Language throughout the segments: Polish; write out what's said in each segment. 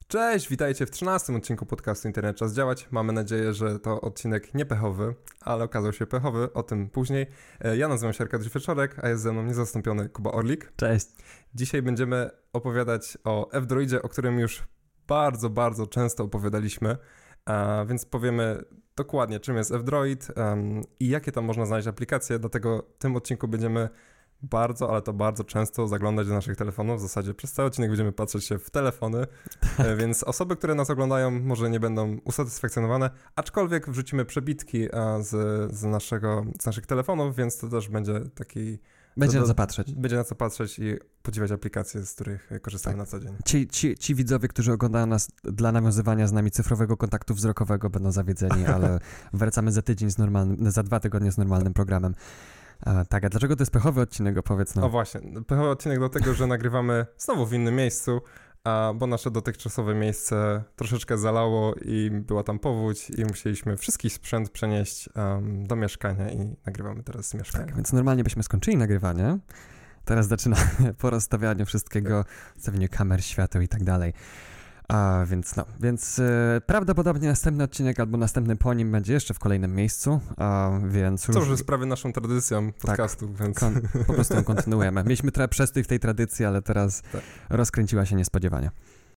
Cześć, witajcie w 13 odcinku podcastu Internet Czas Działać. Mamy nadzieję, że to odcinek nie pechowy, ale okazał się pechowy, o tym później. Ja nazywam się Arkadiusz Wieczorek, a jest ze mną niezastąpiony Kuba Orlik. Cześć. Dzisiaj będziemy opowiadać o F-Droidzie, o którym już bardzo często opowiadaliśmy, więc powiemy dokładnie, czym jest F-Droid i jakie tam można znaleźć aplikacje, dlatego w tym odcinku będziemy bardzo często zaglądać do naszych telefonów. W zasadzie przez cały odcinek będziemy patrzeć się w telefony, więc osoby, które nas oglądają, może nie będą usatysfakcjonowane, aczkolwiek wrzucimy przebitki z naszych telefonów, więc to też będzie taki... Będzie na co patrzeć. Będzie na co patrzeć i podziwiać aplikacje, z których korzystamy na co dzień. Ci widzowie, którzy oglądają nas dla nawiązywania z nami cyfrowego kontaktu wzrokowego, będą zawiedzeni, ale wracamy za tydzień za 2 tygodnie z normalnym programem. Tak, a dlaczego to jest pechowy odcinek? Opowiedz nam. O właśnie, pechowy odcinek dlatego, że nagrywamy znowu w innym miejscu, bo nasze dotychczasowe miejsce troszeczkę zalało i była tam powódź i musieliśmy wszystki sprzęt przenieść do mieszkania i nagrywamy teraz z mieszkania. Tak, więc normalnie byśmy skończyli nagrywanie. Teraz zaczynamy po rozstawianiu wszystkiego, ustawieniu kamer, świateł i tak dalej. Więc prawdopodobnie następny odcinek albo następny po nim będzie jeszcze w kolejnym miejscu, więc... Co już jest prawie naszą tradycją podcastu, tak, więc... po prostu ją kontynuujemy. Mieliśmy trochę przestój w tej tradycji, ale teraz rozkręciła się niespodziewanie.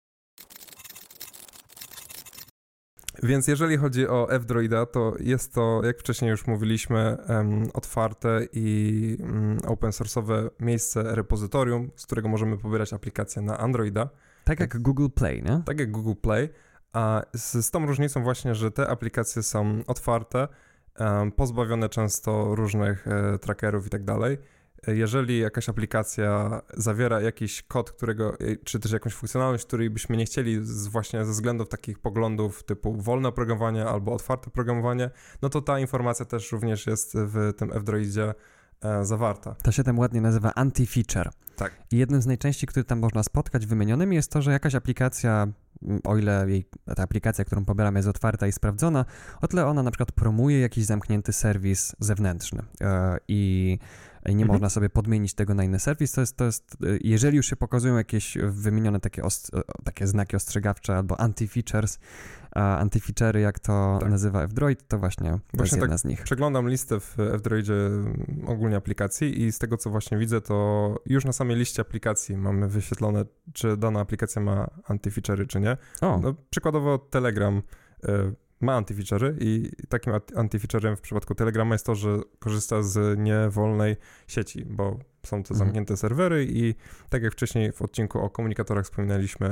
Więc jeżeli chodzi o F-Droida, to jest to, jak wcześniej już mówiliśmy, otwarte i open source'owe miejsce repozytorium, z którego możemy pobierać aplikacje na Androida. Tak jak Google Play, nie? Tak jak Google Play, a z tą różnicą właśnie, że te aplikacje są otwarte, pozbawione często różnych trackerów i tak dalej. Jeżeli jakaś aplikacja zawiera jakiś kod, czy też jakąś funkcjonalność, której byśmy nie chcieli właśnie ze względów takich poglądów typu wolne oprogramowanie albo otwarte programowanie, no to ta informacja też również jest w tym F-Droidzie zawarta. To się tam ładnie nazywa anti-feature. Tak. I jednym z najczęściej, które tam można spotkać wymienionymi jest to, że jakaś aplikacja, o ile ta aplikacja, którą pobieramy, jest otwarta i sprawdzona, o tyle ona na przykład promuje jakiś zamknięty serwis zewnętrzny i nie można sobie podmienić tego na inny serwis. To jest, jeżeli już się pokazują jakieś wymienione takie znaki ostrzegawcze albo anti-features, anti-feature'y, jak to nazywa F-Droid, to właśnie jest jedna z nich. Przeglądam listę w F-Droidzie ogólnie aplikacji i z tego, co właśnie widzę, to już na samej liście aplikacji mamy wyświetlone, czy dana aplikacja ma anti-feature'y, czy nie. No, przykładowo Telegram ma anti-feature'y i takim anti-feature'em w przypadku Telegrama jest to, że korzysta z niewolnej sieci, bo są to zamknięte serwery i tak jak wcześniej w odcinku o komunikatorach wspominaliśmy,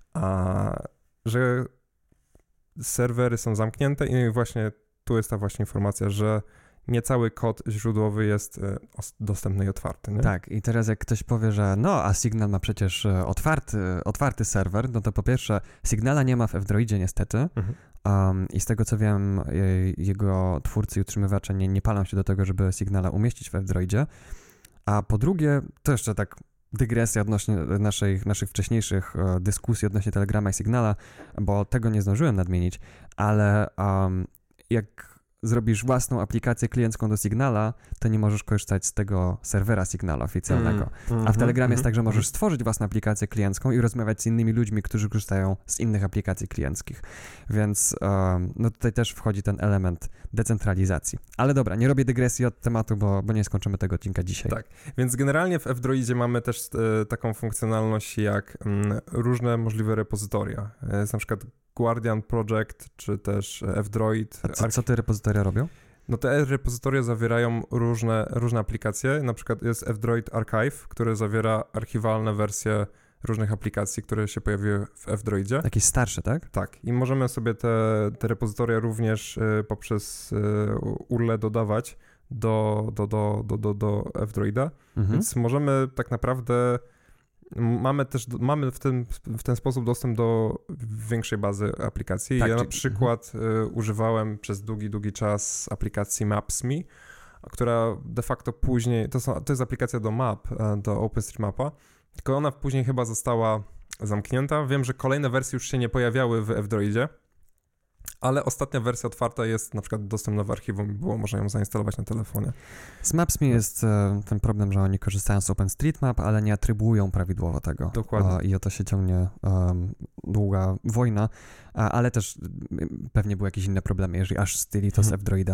że serwery są zamknięte i właśnie tu jest ta właśnie informacja, że nie cały kod źródłowy jest dostępny i otwarty. Nie? Tak, i teraz jak ktoś powie, że a Signal ma przecież otwarty serwer, no to po pierwsze Signala nie ma w F-Droidzie niestety i z tego co wiem, jego twórcy i utrzymywacze nie palą się do tego, żeby Signala umieścić w F-Droidzie, a po drugie, to jeszcze tak dygresja odnośnie naszych wcześniejszych dyskusji odnośnie Telegrama i Signala, bo tego nie zdążyłem nadmienić, ale jak zrobisz własną aplikację kliencką do Signala, to nie możesz korzystać z tego serwera Signala oficjalnego. A w Telegramie jest tak, że możesz stworzyć własną aplikację kliencką i rozmawiać z innymi ludźmi, którzy korzystają z innych aplikacji klienckich. Więc tutaj też wchodzi ten element decentralizacji. Ale dobra, nie robię dygresji od tematu, bo nie skończymy tego odcinka dzisiaj. Tak, więc generalnie w F-Droidzie mamy też taką funkcjonalność jak różne możliwe repozytoria. Jest na przykład Guardian Project, czy też F-Droid. A co te repozytoria robią? No te repozytoria zawierają różne aplikacje, na przykład jest F-Droid Archive, który zawiera archiwalne wersje różnych aplikacji, które się pojawiły w F-Droidzie. Jakieś starsze, tak? Tak, i możemy sobie te repozytoria również poprzez URL dodawać do F-Droida, więc możemy tak naprawdę... Mamy w ten sposób dostęp do większej bazy aplikacji. Tak, ja na przykład używałem przez długi czas aplikacji Maps.me, która de facto później, to jest aplikacja do map, do OpenStreetMapa, tylko ona później chyba została zamknięta. Wiem, że kolejne wersje już się nie pojawiały w F-Droidzie, Ale ostatnia wersja otwarta jest na przykład dostępna w archiwum i było można ją zainstalować na telefonie. Z Maps.me jest ten problem, że oni korzystają z OpenStreetMap, ale nie atrybuują prawidłowo tego. Dokładnie. I o to się ciągnie długa wojna, ale też pewnie były jakieś inne problemy, jeżeli aż zdjęli to z F-Droida.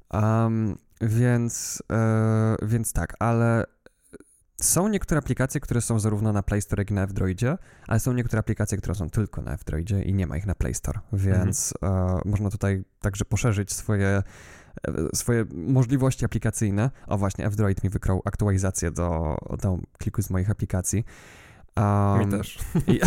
Więc tak, ale są niektóre aplikacje, które są zarówno na Play Store, jak i na F-Droidzie, ale są niektóre aplikacje, które są tylko na F-Droidzie i nie ma ich na Play Store, więc można tutaj także poszerzyć swoje możliwości aplikacyjne. O właśnie, F-Droid mi wykrał aktualizację do kilku z moich aplikacji. Mi też.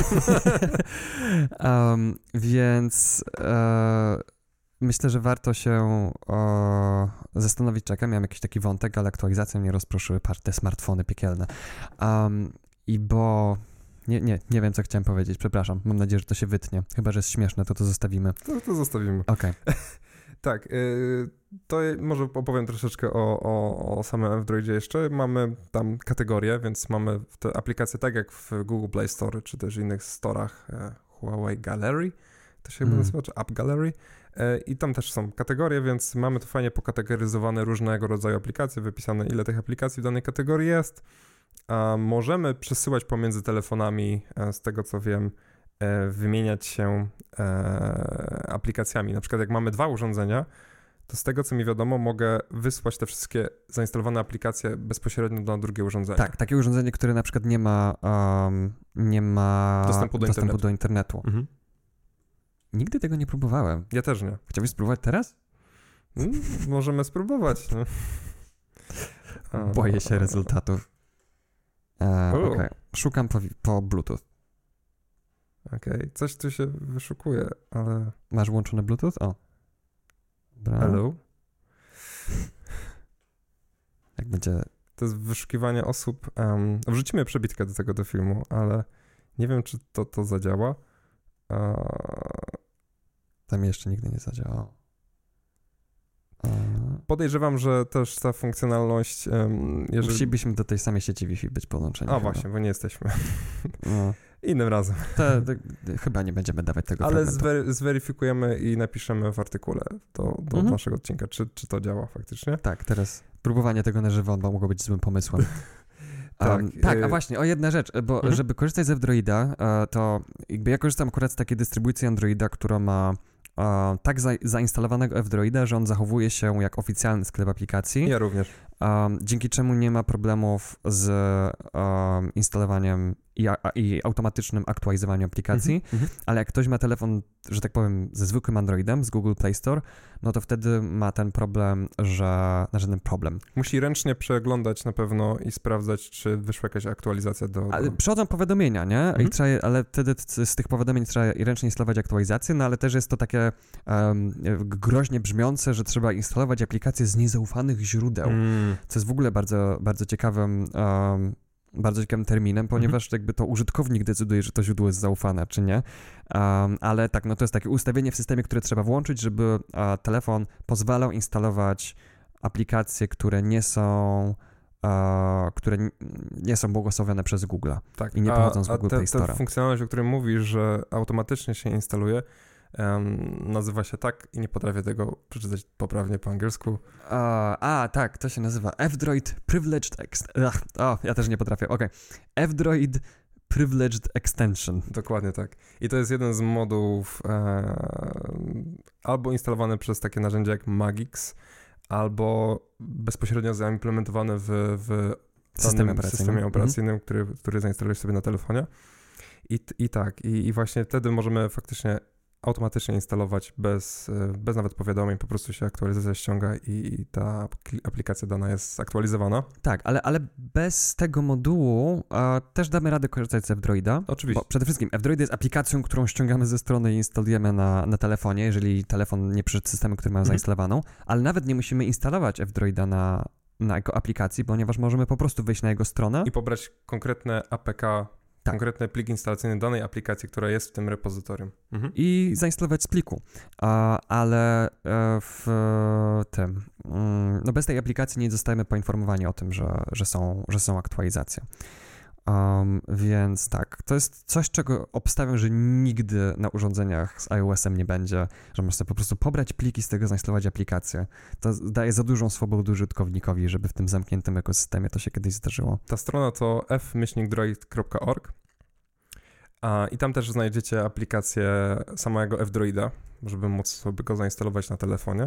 Więc myślę, że warto się zastanowić, miałem jakiś taki wątek, ale aktualizacje mnie rozproszyły, te smartfony piekielne. I bo... Nie wiem, co chciałem powiedzieć, przepraszam. Mam nadzieję, że to się wytnie. Chyba że jest śmieszne, to zostawimy. To zostawimy. Okej. Tak, to może opowiem troszeczkę o samym F-Droidzie jeszcze. Mamy tam kategorie, więc mamy te aplikacje tak jak w Google Play Store, czy też innych storach, Huawei Gallery, to się chyba nazywa, czy App Gallery. I tam też są kategorie, więc mamy tu fajnie pokategoryzowane różnego rodzaju aplikacje, wypisane ile tych aplikacji w danej kategorii jest. Możemy przesyłać pomiędzy telefonami, z tego co wiem, wymieniać się aplikacjami. Na przykład jak mamy 2 urządzenia, to z tego co mi wiadomo mogę wysłać te wszystkie zainstalowane aplikacje bezpośrednio na drugie urządzenie. Tak, takie urządzenie, które na przykład nie ma dostępu do internetu. Mhm. Nigdy tego nie próbowałem. Ja też nie. Chciałbyś spróbować teraz? Możemy spróbować. No. Boję się rezultatów. Okay. Szukam po Bluetooth. Okej, coś tu się wyszukuje, ale... Masz włączony Bluetooth? O. Dobra. Hello? Jak będzie... To jest wyszukiwanie osób... wrzucimy przebitkę do filmu, ale nie wiem, czy to zadziała. Tam jeszcze nigdy nie zadziałało. Podejrzewam, że też ta funkcjonalność... Musielibyśmy do tej samej sieci Wi-Fi być połączeni. Właśnie, bo nie jesteśmy. No. Innym razem. Chyba nie będziemy dawać tego ale fragmentu. zweryfikujemy i napiszemy w artykule do naszego odcinka, czy to działa faktycznie. Tak, teraz próbowanie tego na żywo mogło być złym pomysłem. Tak, a właśnie, o jedna rzecz, bo żeby korzystać z F-Droida, to jakby ja korzystam akurat z takiej dystrybucji Androida, która ma tak zainstalowanego F-Droida, że on zachowuje się jak oficjalny sklep aplikacji. Ja również. Dzięki czemu nie ma problemów z instalowaniem i automatycznym aktualizowaniem aplikacji, ale jak ktoś ma telefon, że tak powiem, ze zwykłym Androidem, z Google Play Store, no to wtedy ma ten problem, Musi ręcznie przeglądać na pewno i sprawdzać, czy wyszła jakaś aktualizacja Ale przychodzą powiadomienia, nie? Ale wtedy z tych powiadomień trzeba ręcznie instalować aktualizację, no ale też jest to takie groźnie brzmiące, że trzeba instalować aplikacje z niezaufanych źródeł, co jest w ogóle bardzo, bardzo ciekawym terminem, ponieważ jakby to użytkownik decyduje, że to źródło jest zaufane, czy nie. Ale tak, no to jest takie ustawienie w systemie, które trzeba włączyć, żeby telefon pozwalał instalować aplikacje, które nie są błogosławione przez Google'a i nie pochodzą z Google Play Store'a. Ta funkcjonalność, o której mówisz, że automatycznie się instaluje, nazywa się tak i nie potrafię tego przeczytać poprawnie po angielsku. Tak, to się nazywa F-Droid Privileged ja też nie potrafię, F-Droid Privileged Extension. Dokładnie tak. I to jest jeden z modułów albo instalowany przez takie narzędzie jak Magix, albo bezpośrednio zaimplementowany w systemie operacyjnym, który zainstalujesz sobie na telefonie. I właśnie wtedy możemy faktycznie automatycznie instalować bez nawet powiadomień, po prostu się aktualizacja ściąga i ta aplikacja dana jest zaktualizowana. Tak, ale bez tego modułu też damy radę korzystać z F-Droida. Oczywiście. Bo przede wszystkim F-Droid jest aplikacją, którą ściągamy ze strony i instalujemy na telefonie, jeżeli telefon nie przyszedł systemu, który mają zainstalowaną, ale nawet nie musimy instalować F-Droida na jego aplikacji, ponieważ możemy po prostu wejść na jego stronę. I pobrać konkretne APK, konkretny plik instalacyjny danej aplikacji, która jest w tym repozytorium. I zainstalować z pliku. Ale bez tej aplikacji nie zostajemy poinformowani o tym, że są aktualizacje. Więc tak, to jest coś, czego obstawiam, że nigdy na urządzeniach z iOS-em nie będzie, że możesz sobie po prostu pobrać pliki, z tego zainstalować aplikację. To daje za dużą swobodę użytkownikowi, żeby w tym zamkniętym ekosystemie to się kiedyś zdarzyło. Ta strona to f-droid.org i tam też znajdziecie aplikację samego F-Droida, żeby móc sobie go zainstalować na telefonie.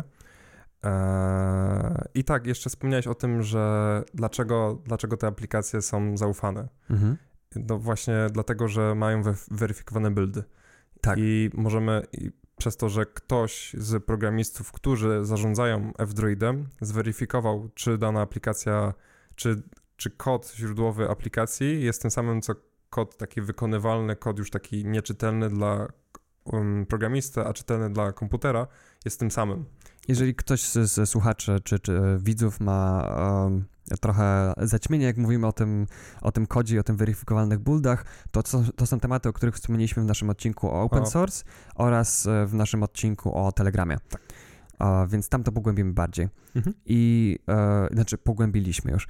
I tak, jeszcze wspomniałeś o tym, że dlaczego te aplikacje są zaufane. No właśnie dlatego, że mają weryfikowane buildy. Tak. I przez to, że ktoś z programistów, którzy zarządzają F-Droidem, zweryfikował, czy dana aplikacja, czy kod źródłowy aplikacji jest tym samym, co kod taki wykonywalny, kod już taki nieczytelny dla programisty, a czytelny dla komputera, jest tym samym. Jeżeli ktoś ze słuchaczy czy widzów ma trochę zaćmienie, jak mówimy o tym kodzie i o tym weryfikowalnych buildach, to są tematy, o których wspomnieliśmy w naszym odcinku o open source oraz w naszym odcinku o Telegramie. Tak. Więc tam to pogłębimy bardziej. Znaczy pogłębiliśmy już.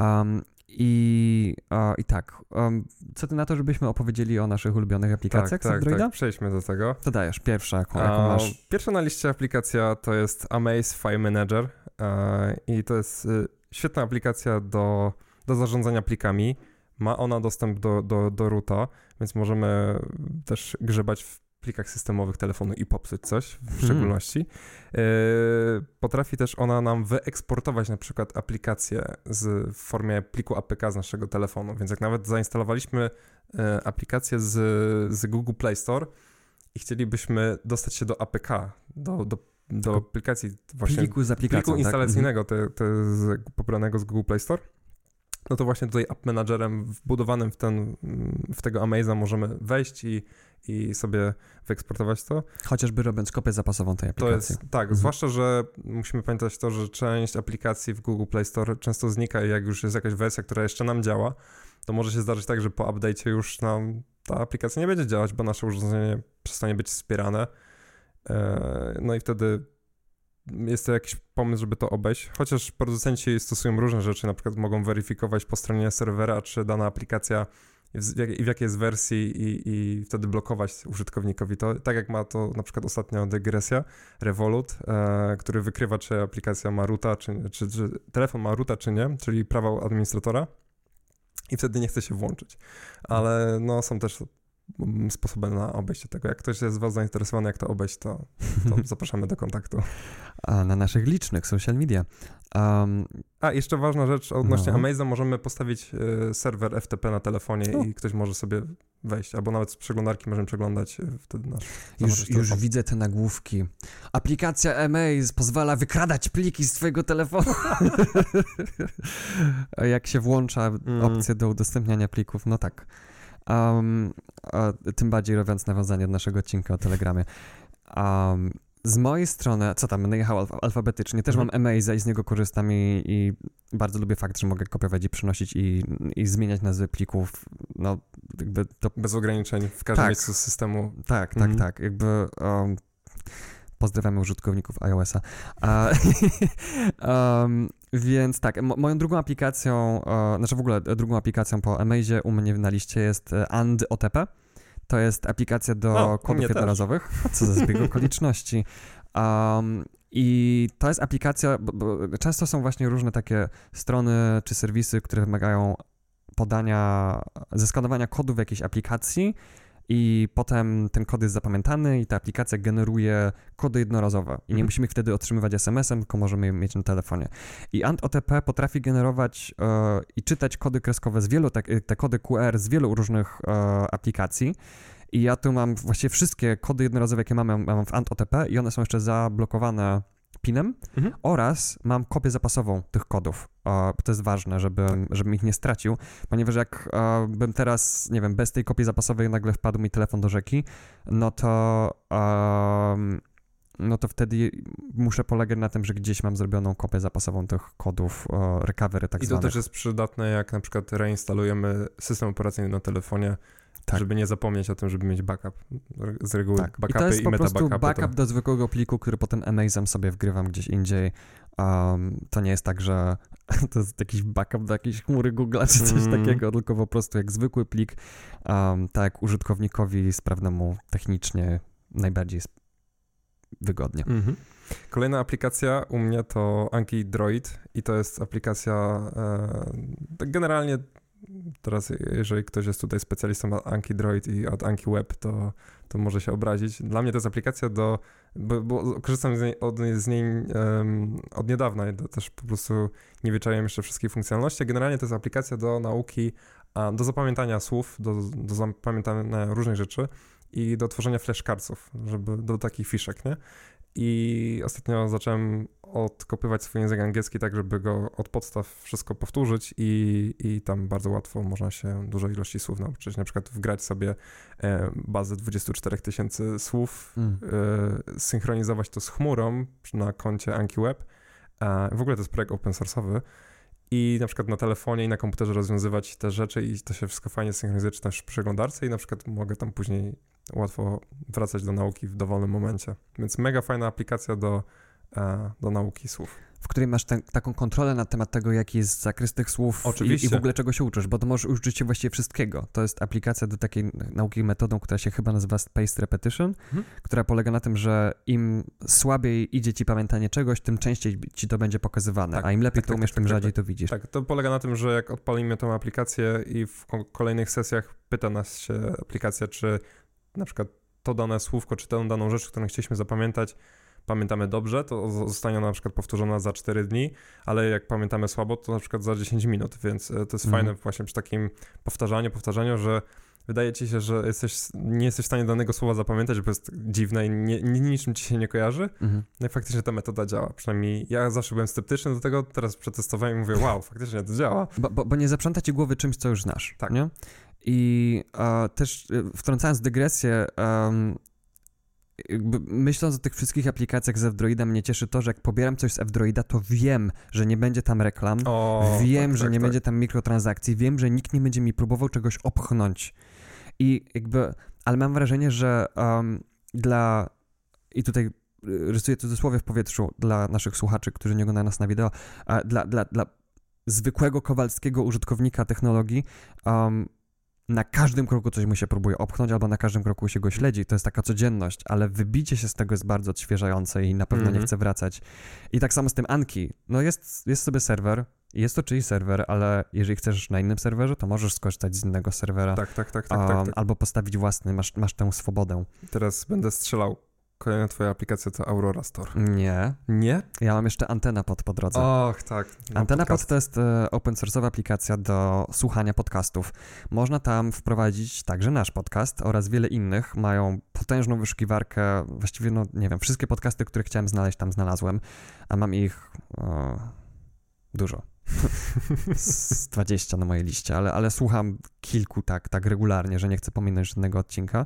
I tak, co ty na to, żebyśmy opowiedzieli o naszych ulubionych aplikacjach z Androida? Tak, przejdźmy do tego. To dajesz, pierwsza, jaką masz? Pierwsza na liście aplikacja to jest Amaze File Manager i to jest świetna aplikacja do zarządzania plikami. Ma ona dostęp do roota, więc możemy też grzebać w plikach systemowych telefonu i popsuć coś w szczególności. Potrafi też ona nam wyeksportować na przykład aplikację w formie pliku APK z naszego telefonu, więc jak nawet zainstalowaliśmy aplikację z Google Play Store i chcielibyśmy dostać się do APK, do aplikacji właśnie pliku z aplikacją, pliku instalacyjnego pobranego z Google Play Store, no to właśnie tutaj App Managerem wbudowanym w tego Amaze'a możemy wejść i sobie wyeksportować to. Chociażby robiąc kopię zapasową tej aplikacji. Zwłaszcza, że musimy pamiętać to, że część aplikacji w Google Play Store często znika i jak już jest jakaś wersja, która jeszcze nam działa, to może się zdarzyć tak, że po update'cie już nam ta aplikacja nie będzie działać, bo nasze urządzenie przestanie być wspierane. No i wtedy jest to jakiś pomysł, żeby to obejść, chociaż producenci stosują różne rzeczy, na przykład mogą weryfikować po stronie serwera, czy dana aplikacja w jakiej jest wersji i wtedy blokować użytkownikowi to, tak jak ma to na przykład ostatnio dygresja, Revolut, który wykrywa, czy aplikacja ma roota, czy telefon ma roota, czy nie, czyli prawa administratora i wtedy nie chce się włączyć, ale no są też sposoby na obejście tego. Jak ktoś jest z was zainteresowany, jak to obejść, to zapraszamy do kontaktu. A na naszych licznych social media. Jeszcze ważna rzecz odnośnie Amaze'a, możemy postawić serwer FTP na telefonie i ktoś może sobie wejść, albo nawet z przeglądarki możemy przeglądać wtedy Już widzę te nagłówki. Aplikacja Amaze pozwala wykradać pliki z twojego telefonu. Jak się włącza opcję do udostępniania plików, no tak. Tym bardziej robiąc nawiązanie do naszego odcinka o Telegramie. Z mojej strony, co tam, będę jechał alfabetycznie, też mam Amaze'a i z niego korzystam i bardzo lubię fakt, że mogę kopiować i przenosić i zmieniać nazwy plików, no jakby to... Bez ograniczeń w każdym miejscu systemu. Tak, jakby... Pozdrawiamy użytkowników iOS-a. Więc tak, moją drugą aplikacją, w ogóle drugą aplikacją po Amaze'ie u mnie na liście jest AndOTP. To jest aplikacja do kodów jednorazowych. Co za zbieg okoliczności. I to jest aplikacja, bo często są właśnie różne takie strony czy serwisy, które wymagają zeskanowania kodu w jakiejś aplikacji i potem ten kod jest zapamiętany i ta aplikacja generuje kody jednorazowe i nie musimy ich wtedy otrzymywać SMS-em, tylko możemy je mieć na telefonie. I AndOTP potrafi generować i czytać kody kreskowe te kody QR z wielu różnych aplikacji. I ja tu mam właściwie wszystkie kody jednorazowe, jakie mam w AndOTP i one są jeszcze zablokowane PIN-em oraz mam kopię zapasową tych kodów. To jest ważne, żebym ich nie stracił, ponieważ jak bym teraz, nie wiem, bez tej kopii zapasowej nagle wpadł mi telefon do rzeki, no to wtedy muszę polegać na tym, że gdzieś mam zrobioną kopię zapasową tych kodów recovery tak zwanych. I to też jest przydatne, jak na przykład reinstalujemy system operacyjny na telefonie, żeby nie zapomnieć o tym, żeby mieć backup. Z reguły backupy i to jest po prostu backup to... do zwykłego pliku, który potem Amaze'em sobie wgrywam gdzieś indziej. To nie jest tak, że to jest jakiś backup do jakiejś chmury Google czy coś takiego, tylko po prostu jak zwykły plik, tak jak użytkownikowi sprawnemu technicznie najbardziej jest wygodnie. Kolejna aplikacja u mnie to Anki Droid i to jest aplikacja generalnie teraz, jeżeli ktoś jest tutaj specjalistą od Anki Droid i od Anki Web, to może się obrazić. Dla mnie to jest aplikacja bo korzystam z niej od niedawna i też po prostu nie wyczaiłem jeszcze wszystkich funkcjonalności. Generalnie to jest aplikacja do nauki, do zapamiętania słów, do zapamiętania różnych rzeczy i do tworzenia flashcardsów, do takich fiszek, nie? I ostatnio zacząłem odkopywać swój język angielski tak, żeby go od podstaw wszystko powtórzyć i tam bardzo łatwo można się dużej ilości słów nauczyć. Na przykład wgrać sobie bazę 24 000 słów, synchronizować to z chmurą na koncie Anki Web. W ogóle to jest projekt open source'owy i na przykład na telefonie i na komputerze rozwiązywać te rzeczy i to się wszystko fajnie synchronizuje, czy też w przeglądarce i na przykład mogę tam później łatwo wracać do nauki w dowolnym momencie. Więc mega fajna aplikacja do nauki słów. W której masz taką kontrolę na temat tego, jaki jest zakres tych słów i w ogóle czego się uczysz, bo to możesz uczyć się właściwie wszystkiego. To jest aplikacja do takiej nauki metodą, która się chyba nazywa Spaced Repetition, która polega na tym, że im słabiej idzie ci pamiętanie czegoś, tym częściej ci to będzie pokazywane, a im lepiej to umiesz, tym rzadziej to widzisz. Tak, to polega na tym, że jak odpalimy tą aplikację i w kolejnych sesjach pyta nas się aplikacja, czy na przykład to dane słówko, czy tę daną rzecz, którą chcieliśmy zapamiętać, pamiętamy dobrze, to zostanie na przykład powtórzona za 4 dni, ale jak pamiętamy słabo, to na przykład za 10 minut, więc to jest fajne właśnie przy takim powtarzaniu, że wydaje ci się, że nie jesteś w stanie danego słowa zapamiętać, bo jest dziwne i niczym ci się nie kojarzy. No i faktycznie ta metoda działa. Przynajmniej ja zawsze byłem sceptyczny do tego, teraz przetestowałem i mówię, wow, faktycznie to działa. Bo nie zaprząta ci głowy czymś, co już znasz, tak. Nie? I też wtrącając dygresję, myśląc o tych wszystkich aplikacjach z F-Droida, mnie cieszy to, że jak pobieram coś z F-Droida, to wiem, że nie będzie tam reklam, wiem, że nie będzie tam mikrotransakcji, wiem, że nikt nie będzie mi próbował czegoś opchnąć. Ale mam wrażenie, że i tutaj rysuję cudzysłowie w powietrzu dla naszych słuchaczy, którzy nie oglądają nas na wideo, dla zwykłego kowalskiego użytkownika technologii, na każdym kroku coś mu się próbuje opchnąć, albo na każdym kroku się go śledzi. To jest taka codzienność, ale wybicie się z tego jest bardzo odświeżające i na pewno nie chcę wracać. I tak samo z tym Anki. No jest sobie serwer, jest to czyjś serwer, ale jeżeli chcesz na innym serwerze, to możesz skorzystać z innego serwera. Tak. Albo postawić własny, masz tę swobodę. Teraz będę strzelał. Kolejna twoja aplikacja to Aurora Store. Nie. Nie? Ja mam jeszcze AntennaPod po drodze. Och, tak. AntennaPod to jest open source'owa aplikacja do słuchania podcastów. Można tam wprowadzić także nasz podcast oraz wiele innych. Mają potężną wyszukiwarkę. Właściwie, nie wiem, wszystkie podcasty, które chciałem znaleźć, tam znalazłem. A mam ich dużo. Z 20 na mojej liście, ale słucham kilku tak regularnie, że nie chcę pominąć żadnego odcinka.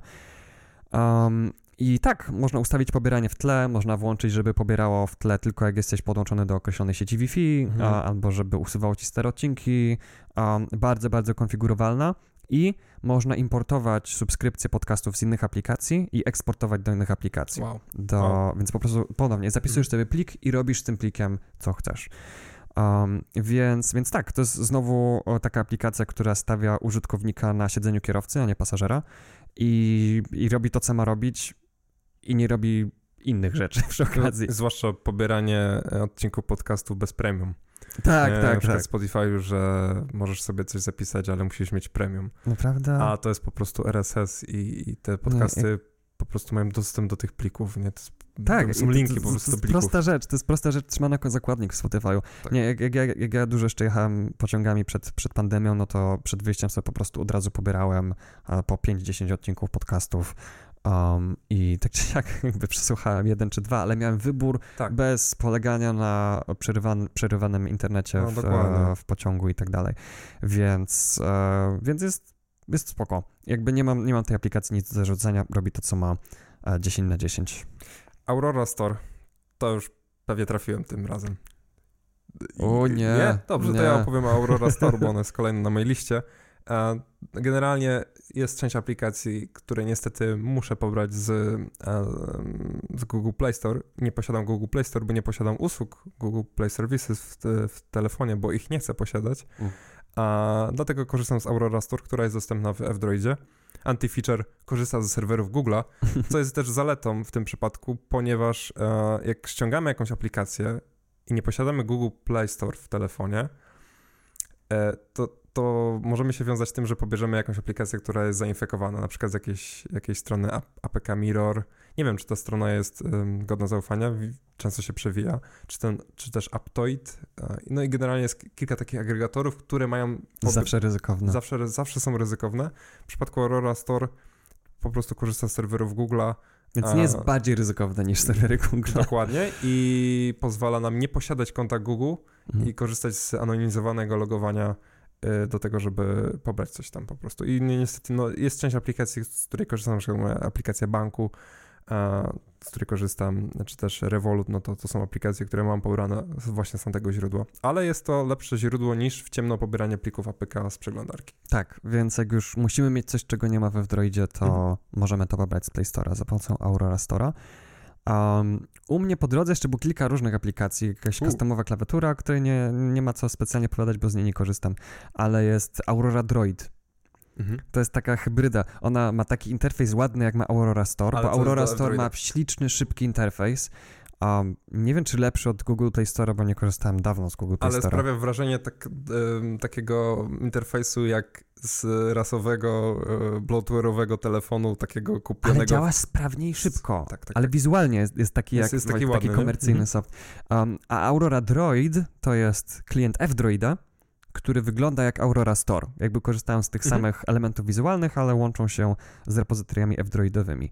I tak, można ustawić pobieranie w tle, można włączyć, żeby pobierało w tle tylko jak jesteś podłączony do określonej sieci Wi-Fi, albo żeby usuwało ci stare odcinki. Bardzo, bardzo konfigurowalna. I można importować subskrypcje podcastów z innych aplikacji i eksportować do innych aplikacji. Wow. Więc po prostu ponownie zapisujesz sobie plik i robisz z tym plikiem, co chcesz. Więc tak, to jest znowu taka aplikacja, która stawia użytkownika na siedzeniu kierowcy, a nie pasażera i robi to, co ma robić i nie robi innych rzeczy przy okazji. Zwłaszcza pobieranie odcinków podcastu bez premium. Tak. Na przykład Spotify, że możesz sobie coś zapisać, ale musisz mieć premium. Naprawdę? A to jest po prostu RSS i te podcasty po prostu mają dostęp do tych plików, nie? To są linki po prostu do plików. To jest prosta rzecz, trzymana jako zakładnik w Spotify'u. Tak. Nie, jak ja dużo jeszcze jechałem pociągami przed pandemią, no to przed wyjściem sobie po prostu od razu pobierałem po 5-10 odcinków podcastów. I tak czy jak jakby przesłuchałem 1 czy 2, ale miałem wybór bez polegania na przerywanym internecie w pociągu i tak dalej. Więc jest spoko. Jakby nie mam tej aplikacji nic do zarzucenia, robi to, co ma 10/10. Aurora Store. To już pewnie trafiłem tym razem. O nie. Dobrze, to ja opowiem o Aurora Store, bo ona jest kolejna na mojej liście. Generalnie jest część aplikacji, które niestety muszę pobrać z Google Play Store. Nie posiadam Google Play Store, bo nie posiadam usług Google Play Services w telefonie, bo ich nie chcę posiadać. A dlatego korzystam z Aurora Store, która jest dostępna w F-Droidzie. Anti-feature korzysta ze serwerów Google'a, co jest też zaletą w tym przypadku, ponieważ jak ściągamy jakąś aplikację i nie posiadamy Google Play Store w telefonie, to możemy się wiązać z tym, że pobierzemy jakąś aplikację, która jest zainfekowana, na przykład z jakiejś strony APK Mirror. Nie wiem, czy ta strona jest godna zaufania, często się przewija, czy też Aptoid. No i generalnie jest kilka takich agregatorów, które mają... Zawsze ryzykowne. Zawsze są ryzykowne. W przypadku Aurora Store po prostu korzysta z serwerów Google'a. Więc nie jest bardziej ryzykowne niż serwery Google. Dokładnie i pozwala nam nie posiadać konta Google i korzystać z anonimizowanego logowania do tego, żeby pobrać coś tam po prostu. I niestety jest część aplikacji, z której korzystam, na przykład moja aplikacja banku, z której korzystam, czy też Revolut, no to są aplikacje, które mam pobrane właśnie z tamtego źródła. Ale jest to lepsze źródło niż w ciemno pobieranie plików APK z przeglądarki. Tak, więc jak już musimy mieć coś, czego nie ma we F-Droidzie, to możemy to pobrać z Play Store'a za pomocą Aurora Store'a. U mnie po drodze jeszcze było kilka różnych aplikacji, jakaś customowa klawiatura, o której nie ma co specjalnie opowiadać, bo z niej nie korzystam, ale jest Aurora Droid. To jest taka hybryda. Ona ma taki interfejs ładny, jak ma Aurora Store, bo Aurora Store ma śliczny, szybki interfejs. Nie wiem, czy lepszy od Google Play Store, bo nie korzystałem dawno z Google Play Store. Ale sprawia wrażenie takiego interfejsu jak z rasowego, bloatware'owego telefonu, takiego kupionego... Ale działa sprawnie i szybko. Tak. Ale wizualnie jest taki taki komercyjny soft. A Aurora Droid to jest klient F-Droida, który wygląda jak Aurora Store. Jakby korzystają z tych samych elementów wizualnych, ale łączą się z repozytoriami F-Droidowymi.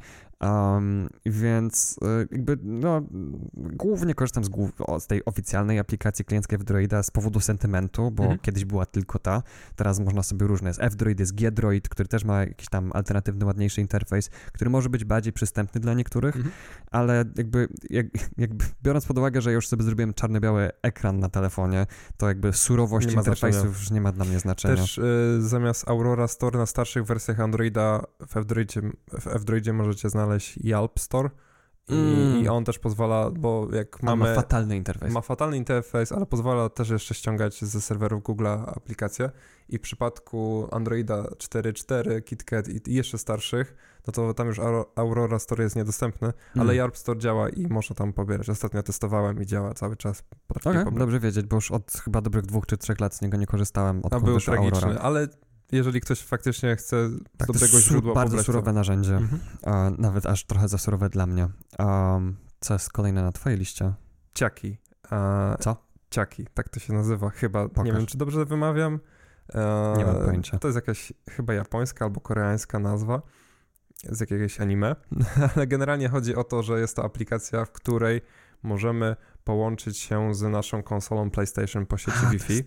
Więc jakby głównie korzystam z tej oficjalnej aplikacji klienckiej F-Droida z powodu sentymentu, bo kiedyś była tylko ta. Teraz można sobie różne. Jest F-Droid, jest G-Droid, który też ma jakiś tam alternatywny, ładniejszy interfejs, który może być bardziej przystępny dla niektórych, ale jakby biorąc pod uwagę, że ja już sobie zrobiłem czarno-biały ekran na telefonie, to jakby surowość interfejsu już nie ma dla mnie znaczenia. Też zamiast Aurora Store na starszych wersjach Androida w F-Droidzie możecie znaleźć Yelp Store i on też pozwala, bo jak mamy... Ma fatalny interfejs. Ma fatalny interfejs, ale pozwala też jeszcze ściągać ze serwerów Google'a aplikacje i w przypadku Androida 4.4, KitKat i jeszcze starszych, no to tam już Aurora Store jest niedostępny, ale Yelp Store działa i można tam pobierać. Ostatnio testowałem i działa cały czas. Dobrze wiedzieć, bo już od chyba dobrych 2 czy 3 lat z niego nie korzystałem. A był tragiczny, Aurora. Ale jeżeli ktoś faktycznie chce z dobrego źródła bardzo pobrać, surowe narzędzie, nawet aż trochę za surowe dla mnie. Co jest kolejne na twojej liście? Ciaki. Co? Ciaki, tak to się nazywa chyba. Pokaż. Nie wiem, czy dobrze wymawiam. Nie mam pojęcia. To jest jakaś chyba japońska albo koreańska nazwa z jakiegoś anime, ale generalnie chodzi o to, że jest to aplikacja, w której możemy połączyć się z naszą konsolą PlayStation po sieci Wi-Fi.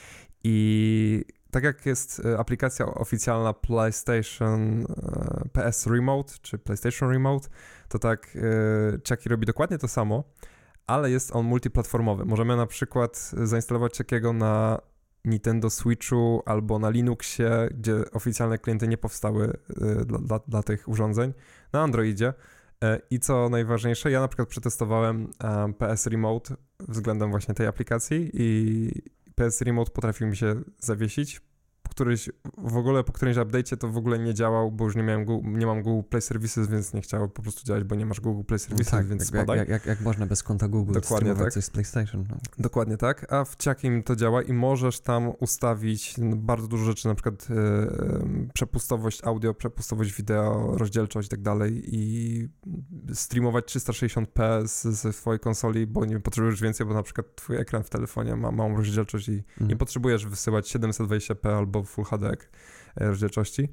I tak jak jest aplikacja oficjalna PlayStation PS Remote, czy PlayStation Remote, to tak Ciaki robi dokładnie to samo, ale jest on multiplatformowy. Możemy na przykład zainstalować Ciakiego na Nintendo Switchu albo na Linuxie, gdzie oficjalne klienty nie powstały dla tych urządzeń, na Androidzie. I co najważniejsze, ja na przykład przetestowałem PS Remote względem właśnie tej aplikacji i PS Remote potrafił mi się zawiesić. Po którymś update'cie to w ogóle nie działał, bo już nie mam Google Play Services, więc nie chciało po prostu działać, bo nie masz Google Play Services, tak, więc spadaj. Jak można bez konta Google Dokładnie tak. coś z PlayStation. No. Dokładnie tak, a w Ciakim to działa i możesz tam ustawić bardzo dużo rzeczy, na przykład przepustowość audio, przepustowość wideo, rozdzielczość i tak dalej i streamować 360p z twojej konsoli, bo nie potrzebujesz więcej, bo na przykład twój ekran w telefonie ma małą rozdzielczość i nie potrzebujesz wysyłać 720p albo Full HD rozdzielczości.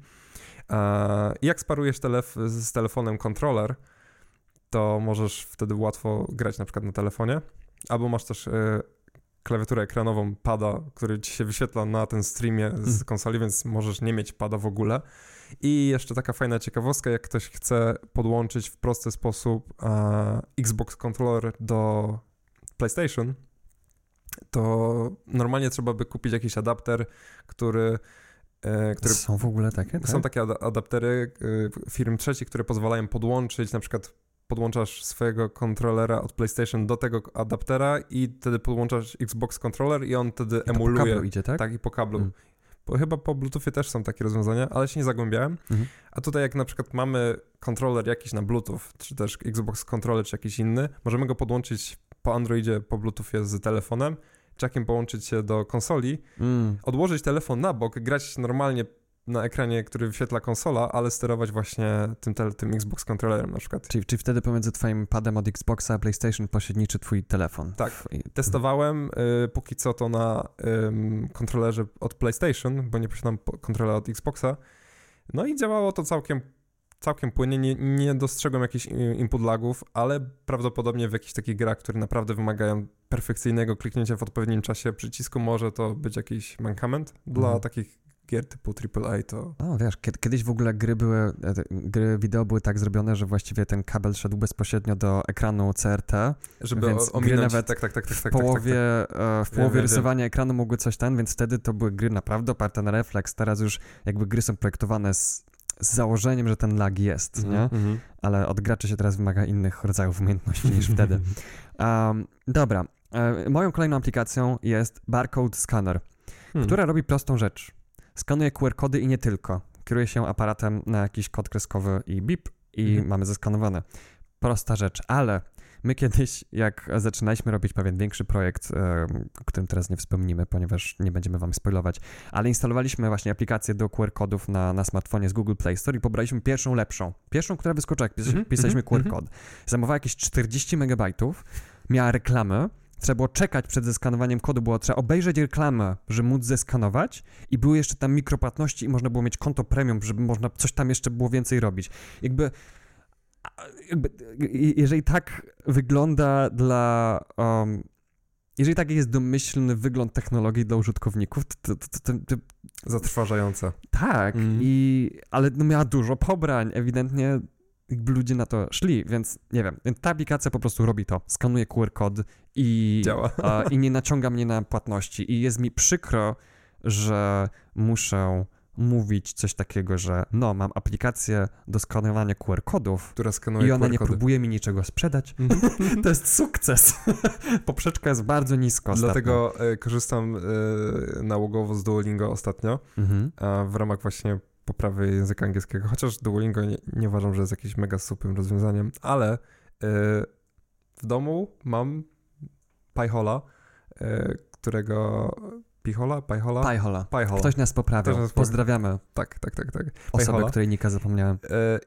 Jak sparujesz z telefonem kontroler, to możesz wtedy łatwo grać na przykład na telefonie, albo masz też klawiaturę ekranową pada, który ci się wyświetla na tym streamie z konsoli, więc możesz nie mieć pada w ogóle. I jeszcze taka fajna ciekawostka, jak ktoś chce podłączyć w prosty sposób Xbox Controller do PlayStation, to normalnie trzeba by kupić jakiś adapter, który które... Są w ogóle takie? Tak? Są takie adaptery firm trzecich, które pozwalają podłączyć, na przykład podłączasz swojego kontrolera od PlayStation do tego adaptera i wtedy podłączasz Xbox controller i on wtedy emuluje. Po kablu idzie, tak? Tak, i po kablu. Chyba po Bluetoothie też są takie rozwiązania, ale się nie zagłębiałem. A tutaj jak na przykład mamy kontroler jakiś na Bluetooth, czy też Xbox controller, czy jakiś inny, możemy go podłączyć po Androidzie, po Bluetoothie z telefonem, jackiem połączyć się do konsoli, odłożyć telefon na bok, grać normalnie na ekranie, który wyświetla konsola, ale sterować właśnie tym Xbox kontrolerem na przykład. Czyli wtedy pomiędzy twoim padem od Xboxa a PlayStation pośredniczy twój telefon. Tak. Testowałem póki co to na kontrolerze od PlayStation, bo nie posiadam kontrolera od Xboxa. No i działało to całkiem płynnie. Nie dostrzegłem jakichś input lagów, ale prawdopodobnie w jakichś takich grach, które naprawdę wymagają perfekcyjnego kliknięcia w odpowiednim czasie przycisku, może to być jakiś mankament. Dla takich gier typu AAA to... No wiesz, kiedyś w ogóle gry wideo były tak zrobione, że właściwie ten kabel szedł bezpośrednio do ekranu CRT, żeby więc ominąć, gry nawet w połowie rysowania ekranu mogły coś więc wtedy to były gry naprawdę oparte na refleks. Teraz już jakby gry są projektowane z założeniem, że ten lag jest, nie? Ale od graczy się teraz wymaga innych rodzajów umiejętności niż wtedy. Dobra, moją kolejną aplikacją jest Barcode Scanner, która robi prostą rzecz. Skanuje QR-kody i nie tylko. Kieruje się aparatem na jakiś kod kreskowy i bip i mamy zeskanowane. Prosta rzecz, ale my kiedyś, jak zaczynaliśmy robić pewien większy projekt, o którym teraz nie wspomnimy, ponieważ nie będziemy wam spoilować, ale instalowaliśmy właśnie aplikację do QR-kodów na smartfonie z Google Play Store i pobraliśmy pierwszą lepszą. Pierwszą, która wyskoczyła, jak pisaliśmy QR-kod. Zajmowała jakieś 40 megabajtów, miała reklamy, trzeba było czekać przed zeskanowaniem kodu, trzeba obejrzeć reklamę, żeby móc zeskanować i były jeszcze tam mikropłatności i można było mieć konto premium, żeby można coś tam jeszcze było więcej robić. Jakby jeżeli tak wygląda jeżeli tak jest domyślny wygląd technologii dla użytkowników, to zatrważające. Tak, ale miała dużo pobrań, ewidentnie jakby ludzie na to szli, więc nie wiem, ta aplikacja po prostu robi to, skanuje QR-kod i działa. I nie naciąga mnie na płatności i jest mi przykro, że muszę mówić coś takiego, że mam aplikację do skanowania QR-kodów, która skanuje i ona QR-kody. Nie próbuje mi niczego sprzedać. To jest sukces. Poprzeczka jest bardzo nisko ostatnio. Dlatego korzystam nałogowo z Duolingo ostatnio, w ramach właśnie poprawy języka angielskiego, chociaż Duolingo nie uważam, że jest jakimś mega superym rozwiązaniem, ale w domu mam Pi-hola, którego... Pi-hola? Ktoś nas poprawił. Pozdrawiamy. Tak. Osobę, której nika zapomniałem.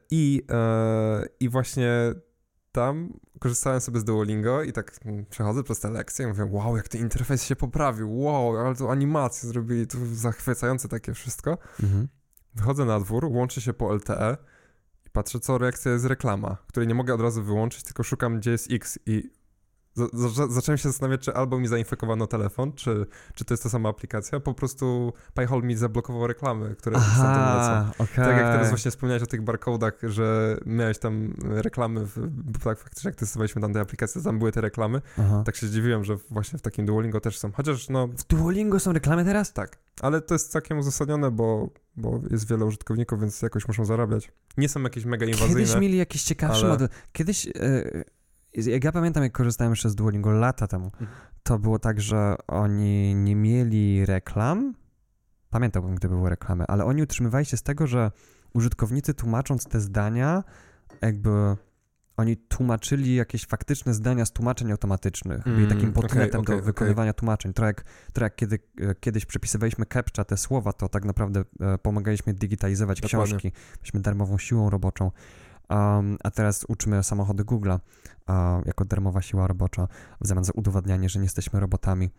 I właśnie tam korzystałem sobie z Duolingo i tak przechodzę przez te lekcje i mówię, wow, jak ten interfejs się poprawił, wow, ale to animacje zrobili, to zachwycające takie wszystko. Wychodzę na dwór, łączę się po LTE i patrzę, co reakcja jest reklama, której nie mogę od razu wyłączyć, tylko szukam, gdzie jest X i zacząłem się zastanawiać, czy albo mi zainfekowano telefon, czy to jest ta sama aplikacja, po prostu Pi-hole mi zablokował reklamy, które stamtąd lecą. Okay. Tak jak teraz właśnie wspomniałeś o tych barcodach, że miałeś tam reklamy, bo tak faktycznie jak testowaliśmy tam te aplikacje, tam były te reklamy, tak się zdziwiłem, że właśnie w takim Duolingo też są, chociaż W Duolingo są reklamy teraz? Tak, ale to jest całkiem uzasadnione, bo jest wiele użytkowników, więc jakoś muszą zarabiać. Nie są jakieś mega inwazyjne. Kiedyś mieli jakiś ciekawszy model. Kiedyś... Jak ja pamiętam, jak korzystałem jeszcze z Duolingo lata temu, to było tak, że oni nie mieli reklam. Pamiętałbym, gdy były reklamy, ale oni utrzymywali się z tego, że użytkownicy tłumacząc te zdania, jakby oni tłumaczyli jakieś faktyczne zdania z tłumaczeń automatycznych. Byli takim botnetem do wykonywania tłumaczeń. Trochę jak kiedyś przepisywaliśmy CAPTCHA, te słowa, to tak naprawdę pomagaliśmy digitalizować książki. Byliśmy darmową siłą roboczą. A teraz uczymy samochody Google'a jako darmowa siła robocza w zamian za udowadnianie, że nie jesteśmy robotami.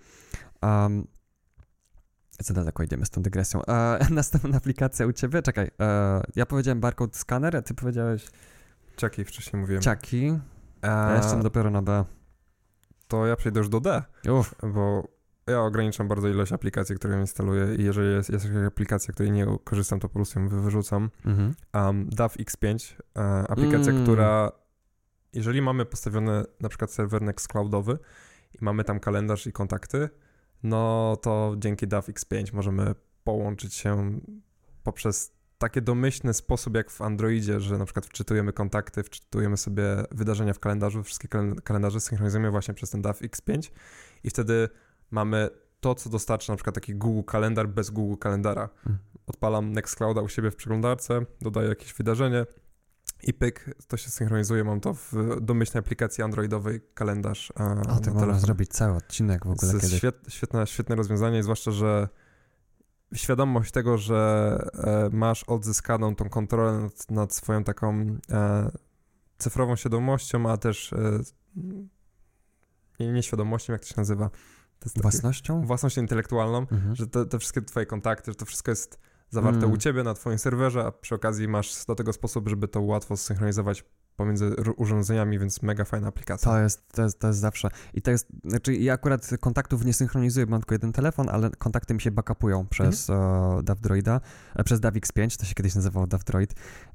Co daleko idziemy z tą dygresją? Następna aplikacja u ciebie? Czekaj, ja powiedziałem barcode scanner, a ty powiedziałeś... Chucky wcześniej mówiłem. Chucky. Ja jestem dopiero na B. To ja przejdę już do D, bo ja ograniczam bardzo ilość aplikacji, które instaluję i jeżeli jest jakaś aplikacja, której nie korzystam, to po prostu ją wyrzucam. DAW X5, aplikacja, która, jeżeli mamy postawiony na przykład serwer Nextcloudowy i mamy tam kalendarz i kontakty, no to dzięki DAW X5 możemy połączyć się poprzez taki domyślny sposób jak w Androidzie, że na przykład wczytujemy kontakty, wczytujemy sobie wydarzenia w kalendarzu, wszystkie kalendarze synchronizujemy właśnie przez ten DAW X5 i wtedy mamy to, co dostarcza na przykład taki Google Kalendar bez Google Kalendara. Odpalam Nextclouda u siebie w przeglądarce, dodaję jakieś wydarzenie i pyk, to się synchronizuje, mam to w domyślnej aplikacji androidowej kalendarz. O tym można zrobić cały odcinek w ogóle kiedyś. Świetne rozwiązanie, zwłaszcza, że świadomość tego, że masz odzyskaną tą kontrolę nad swoją taką cyfrową świadomością, a też nieświadomością, jak to się nazywa? Własnością? Własnością intelektualną, że te wszystkie twoje kontakty, że to wszystko jest zawarte u ciebie na twoim serwerze, a przy okazji masz do tego sposób, żeby to łatwo zsynchronizować pomiędzy urządzeniami, więc mega fajna aplikacja. To jest zawsze. I to jest, znaczy ja akurat kontaktów nie synchronizuję, mam tylko jeden telefon, ale kontakty mi się backupują przez DAW Droida, przez DAW X5, to się kiedyś nazywało DAW Droid.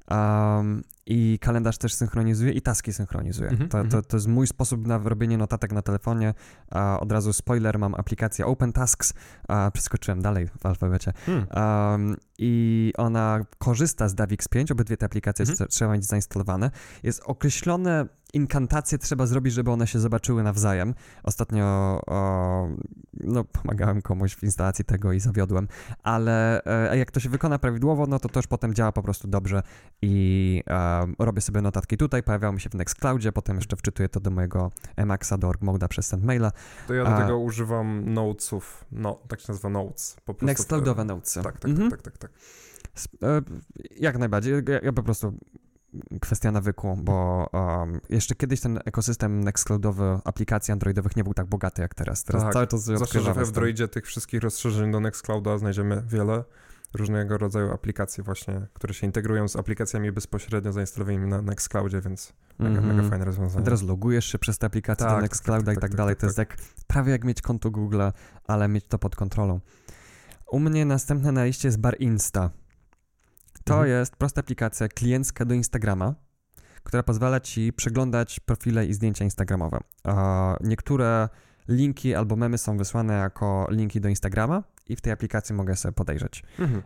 I kalendarz też synchronizuje i taski synchronizuje. To jest mój sposób na robienie notatek na telefonie. Od razu spoiler, mam aplikację Open Tasks, przeskoczyłem dalej w alfabecie. I ona korzysta z DAW X5, obydwie te aplikacje trzeba mieć zainstalowane. Jest określone inkantacje trzeba zrobić, żeby one się zobaczyły nawzajem. Ostatnio pomagałem komuś w instalacji tego i zawiodłem, ale jak to się wykona prawidłowo, no to też potem działa po prostu dobrze i robię sobie notatki tutaj, pojawiało mi się w Nextcloudzie, potem jeszcze wczytuję to do mojego Emaxa, do org-moda przez sendmaila. To ja do tego używam Notesów, tak się nazywa Notes. Po prostu Nextcloudowe Notesy. Tak. Jak najbardziej, ja po prostu kwestia nawyku, bo jeszcze kiedyś ten ekosystem Nextcloudowy aplikacji androidowych nie był tak bogaty jak teraz. Teraz cały czas zwłaszcza, że w Androidzie tych wszystkich rozszerzeń do Nextclouda znajdziemy wiele różnego rodzaju aplikacji właśnie, które się integrują z aplikacjami bezpośrednio zainstalowanymi na Nextcloudzie, więc mega fajne rozwiązanie. Teraz logujesz się przez te aplikacje do Nextclouda i tak dalej. To jest prawie jak mieć konto Google, ale mieć to pod kontrolą. U mnie następne na liście jest Bar Insta. To jest prosta aplikacja kliencka do Instagrama, która pozwala ci przeglądać profile i zdjęcia instagramowe. Niektóre linki albo memy są wysłane jako linki do Instagrama i w tej aplikacji mogę sobie podejrzeć.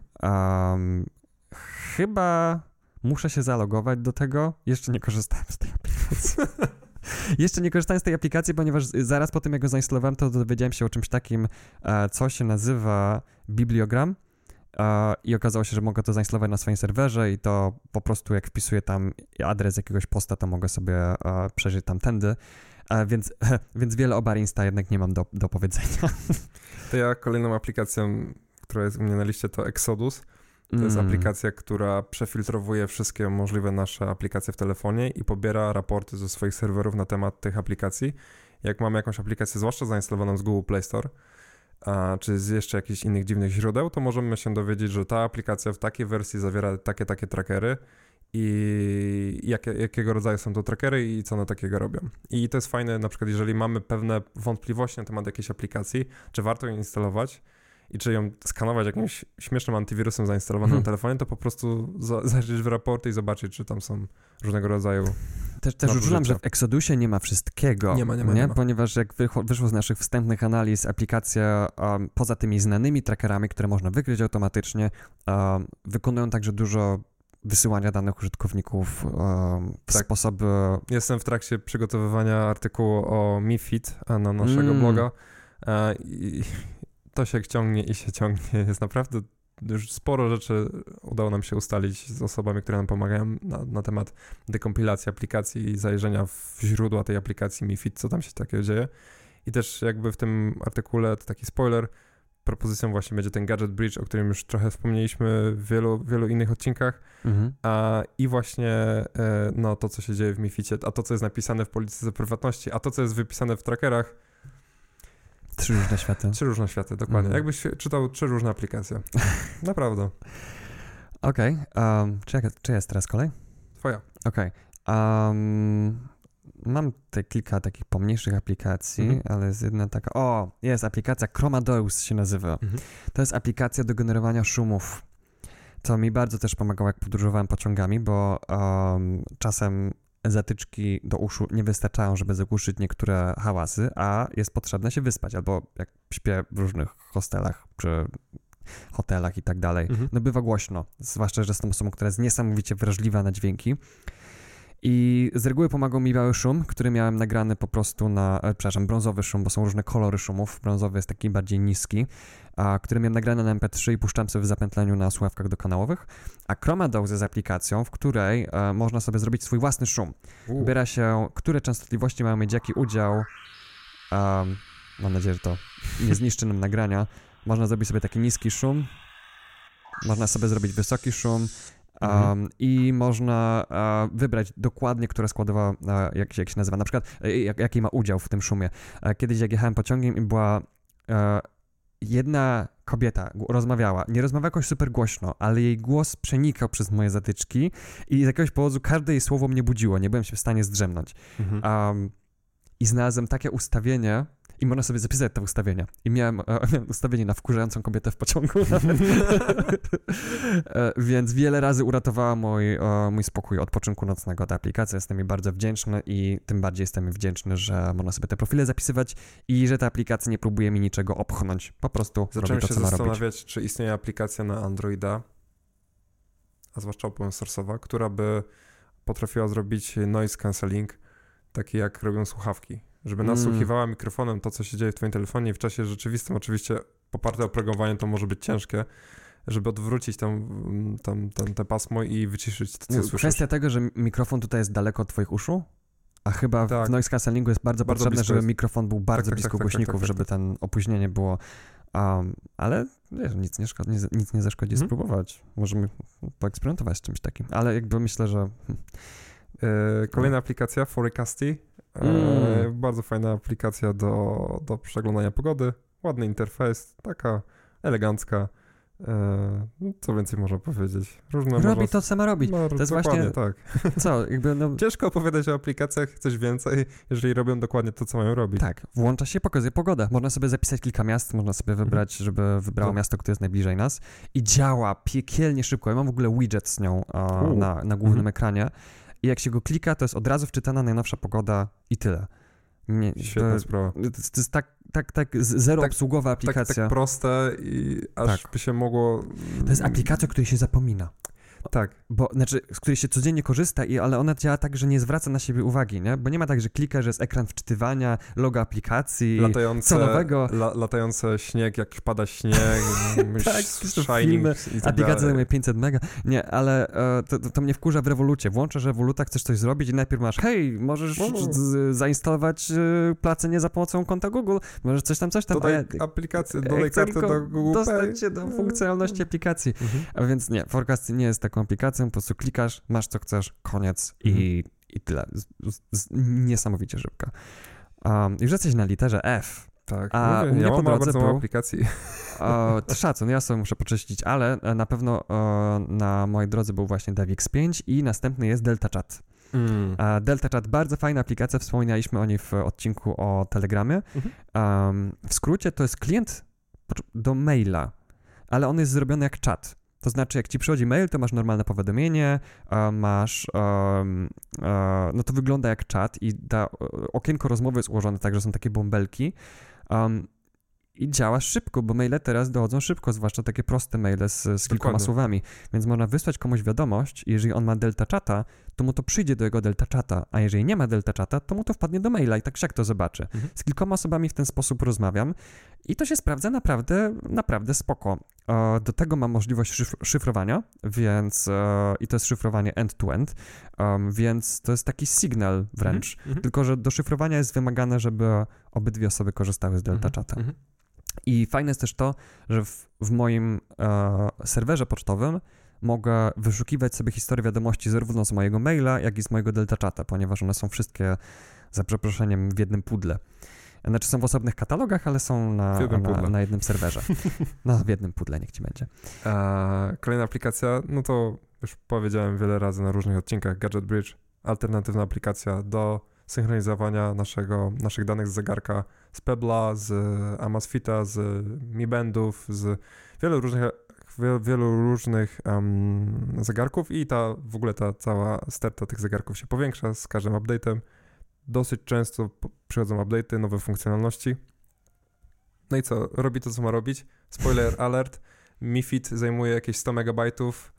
Chyba muszę się zalogować do tego. Jeszcze nie korzystałem z tej aplikacji. Jeszcze nie korzystałem z tej aplikacji, ponieważ zaraz po tym, jak go zainstalowałem, to dowiedziałem się o czymś takim, co się nazywa Bibliogram. I okazało się, że mogę to zainstalować na swoim serwerze i to po prostu jak wpisuję tam adres jakiegoś posta, to mogę sobie przejrzeć tamtędy, więc wiele o Bar Insta jednak nie mam do powiedzenia. To ja kolejną aplikacją, która jest u mnie na liście, to Exodus. To jest aplikacja, która przefiltrowuje wszystkie możliwe nasze aplikacje w telefonie i pobiera raporty ze swoich serwerów na temat tych aplikacji. Jak mamy jakąś aplikację, zwłaszcza zainstalowaną z Google Play Store, czy z jeszcze jakichś innych dziwnych źródeł, to możemy się dowiedzieć, że ta aplikacja w takiej wersji zawiera takie trackery i jakiego rodzaju są to trackery i co one takiego robią. I to jest fajne, na przykład jeżeli mamy pewne wątpliwości na temat jakiejś aplikacji, czy warto ją instalować i czy ją skanować jakimś śmiesznym antywirusem zainstalowanym na telefonie, to po prostu zajrzeć w raporty i zobaczyć, czy tam są różnego rodzaju Też uczulam, że w Exodusie nie ma wszystkiego, nie ma. Ponieważ jak wyszło z naszych wstępnych analiz, aplikacja poza tymi znanymi trackerami, które można wykryć automatycznie, wykonują także dużo wysyłania danych użytkowników w sposoby... Jestem w trakcie przygotowywania artykułu o MiFID na naszego bloga i to się ciągnie. Jest naprawdę już sporo rzeczy udało nam się ustalić z osobami, które nam pomagają na temat dekompilacji aplikacji i zajrzenia w źródła tej aplikacji MiFID, co tam się takiego dzieje. I też jakby w tym artykule, to taki spoiler, propozycją właśnie będzie ten Gadget Bridge, o którym już trochę wspomnieliśmy w wielu innych odcinkach. I właśnie to, co się dzieje w MiFIDzie, a to, co jest napisane w polityce prywatności, a to, co jest wypisane w trackerach. 3 różne światy. 3 różne światy, dokładnie. Jakbyś czytał 3 różne aplikacje. Naprawdę. Okej. Czy jest teraz kolej? Twoja. Okej. Mam tutaj kilka takich pomniejszych aplikacji, ale jest jedna taka... jest aplikacja Chromadeus się nazywa. To jest aplikacja do generowania szumów. To mi bardzo też pomagało, jak podróżowałem pociągami, bo czasem zatyczki do uszu nie wystarczają, żeby zagłuszyć niektóre hałasy, a jest potrzebne się wyspać, albo jak śpię w różnych hostelach, czy hotelach i tak dalej. No bywa głośno, zwłaszcza, że jestem osobą, która jest niesamowicie wrażliwa na dźwięki. I z reguły pomagał mi biały szum, który miałem nagrany po prostu brązowy szum, bo są różne kolory szumów. Brązowy jest taki bardziej niski, który miałem nagrany na MP3 i puszczam sobie w zapętleniu na słuchawkach dokanałowych. A ChromaDogs jest aplikacją, w której można sobie zrobić swój własny szum. Wybiera się, które częstotliwości mają mieć jaki udział. Mam nadzieję, że to nie zniszczy nam nagrania. Można zrobić sobie taki niski szum, można sobie zrobić wysoki szum, i można wybrać dokładnie, która składowa, jak się nazywa, na przykład jaki ma udział w tym szumie. Kiedyś jak jechałem pociągiem i była jedna kobieta, rozmawiała, nie rozmawiała jakoś super głośno, ale jej głos przenikał przez moje zatyczki i z jakiegoś powodu każde jej słowo mnie budziło, nie byłem się w stanie zdrzemnąć. I znalazłem takie ustawienie, i można sobie zapisać te ustawienia. I miałem ustawienie na wkurzającą kobietę w pociągu. Więc wiele razy uratowała mój spokój odpoczynku nocnego. Ta aplikacja, jestem jej bardzo wdzięczny i tym bardziej jestem jej wdzięczny, że można sobie te profile zapisywać i że ta aplikacja nie próbuje mi niczego opchnąć. Po prostu robi to, co ma robić. Zacząłem się zastanawiać, czy istnieje aplikacja na Androida, a zwłaszcza open source'owa, która by potrafiła zrobić noise cancelling, taki jak robią słuchawki. Żeby nasłuchiwała mikrofonem to, co się dzieje w twoim telefonie i w czasie rzeczywistym, oczywiście poparte oprogramowanie to może być ciężkie, żeby odwrócić te pasmo i wyciszyć to, co słyszysz. Kwestia tego, że mikrofon tutaj jest daleko od twoich uszu, a chyba w noise cancellingu jest bardzo potrzebne, żeby mikrofon był bardzo blisko głośników, żeby ten opóźnienie było. Ale wiesz, nic nie zaszkodzi spróbować. Możemy poeksperymentować z czymś takim, ale jakby myślę, że... Kolejna aplikacja, Forecasty. Bardzo fajna aplikacja do przeglądania pogody. Ładny interfejs, taka elegancka. Co więcej można powiedzieć? Robi to, co ma robić. To jest właśnie... tak. Co? Ciężko opowiadać o aplikacjach coś więcej, jeżeli robią dokładnie to, co mają robić. Tak. Włącza się, pokazuje pogodę. Można sobie zapisać kilka miast, można sobie wybrać, żeby wybrało miasto, które jest najbliżej nas. I działa piekielnie szybko. Ja mam w ogóle widget z nią na głównym ekranie. I jak się go klika, to jest od razu wczytana najnowsza pogoda i tyle. Świetna sprawa. To jest tak zero-obsługowa aplikacja. Tak proste i aż by się mogło... To jest aplikacja, o której się zapomina. Tak. Z której się codziennie korzysta, ale ona działa tak, że nie zwraca na siebie uwagi, nie? Bo nie ma tak, że klika, że jest ekran wczytywania, logo aplikacji, co nowego. Latający śnieg, jak pada śnieg, tak, Shining i tak aplikacja zajmuje 500 mega. Nie, ale to mnie wkurza w Revolucie. Włączasz Revoluta, chcesz coś zrobić i najpierw masz, hej, możesz zainstalować płacenie za pomocą konta Google, możesz coś tam. Dodaj aplikację, dodaj kartę do Google Pay. Dostać się do funkcjonalności aplikacji. A więc nie, Forecasty nie jest taką aplikacją, po prostu klikasz, masz co chcesz, koniec i tyle. Niesamowicie szybko. Już jesteś na literze F. Tak, a u mnie ja po mam drodze bardzo aplikacji. Szacun, ja sobie muszę poczyścić, ale na pewno na mojej drodze był właśnie DavX5 i następny jest DeltaChat. DeltaChat, bardzo fajna aplikacja, wspominaliśmy o niej w odcinku o Telegramie. W skrócie to jest klient do maila, ale on jest zrobiony jak czat. To znaczy, jak ci przychodzi mail, to masz normalne powiadomienie, no to wygląda jak czat i okienko rozmowy jest ułożone tak, że są takie bąbelki i działa szybko, bo maile teraz dochodzą szybko, zwłaszcza takie proste maile z kilkoma słowami, więc można wysłać komuś wiadomość i jeżeli on ma DeltaChata, to mu to przyjdzie do jego DeltaChata, a jeżeli nie ma DeltaChata, to mu to wpadnie do maila i tak siak to zobaczy. Z kilkoma osobami w ten sposób rozmawiam i to się sprawdza naprawdę spoko. Do tego mam możliwość szyfrowania, więc i to jest szyfrowanie end-to-end, więc to jest taki sygnał wręcz, tylko że do szyfrowania jest wymagane, żeby obydwie osoby korzystały z DeltaChata. I fajne jest też to, że w moim serwerze pocztowym mogę wyszukiwać sobie historię wiadomości zarówno z mojego maila, jak i z mojego DeltaChata, ponieważ one są wszystkie, za przeproszeniem, w jednym pudle. Znaczy są w osobnych katalogach, ale są na jednym serwerze. No, w jednym pudle, niech ci będzie. Kolejna aplikacja, no to już powiedziałem wiele razy na różnych odcinkach, Gadget Bridge, alternatywna aplikacja do synchronizowania naszych danych z zegarka, z Pebble'a, z Amazfita, z Mi Bandów, z wielu różnych zegarków i w ogóle ta cała sterta tych zegarków się powiększa z każdym update'em. Dosyć często przychodzą update'y, nowe funkcjonalności. No i co? Robi to, co ma robić. Spoiler alert. Mi Fit zajmuje jakieś 100 megabajtów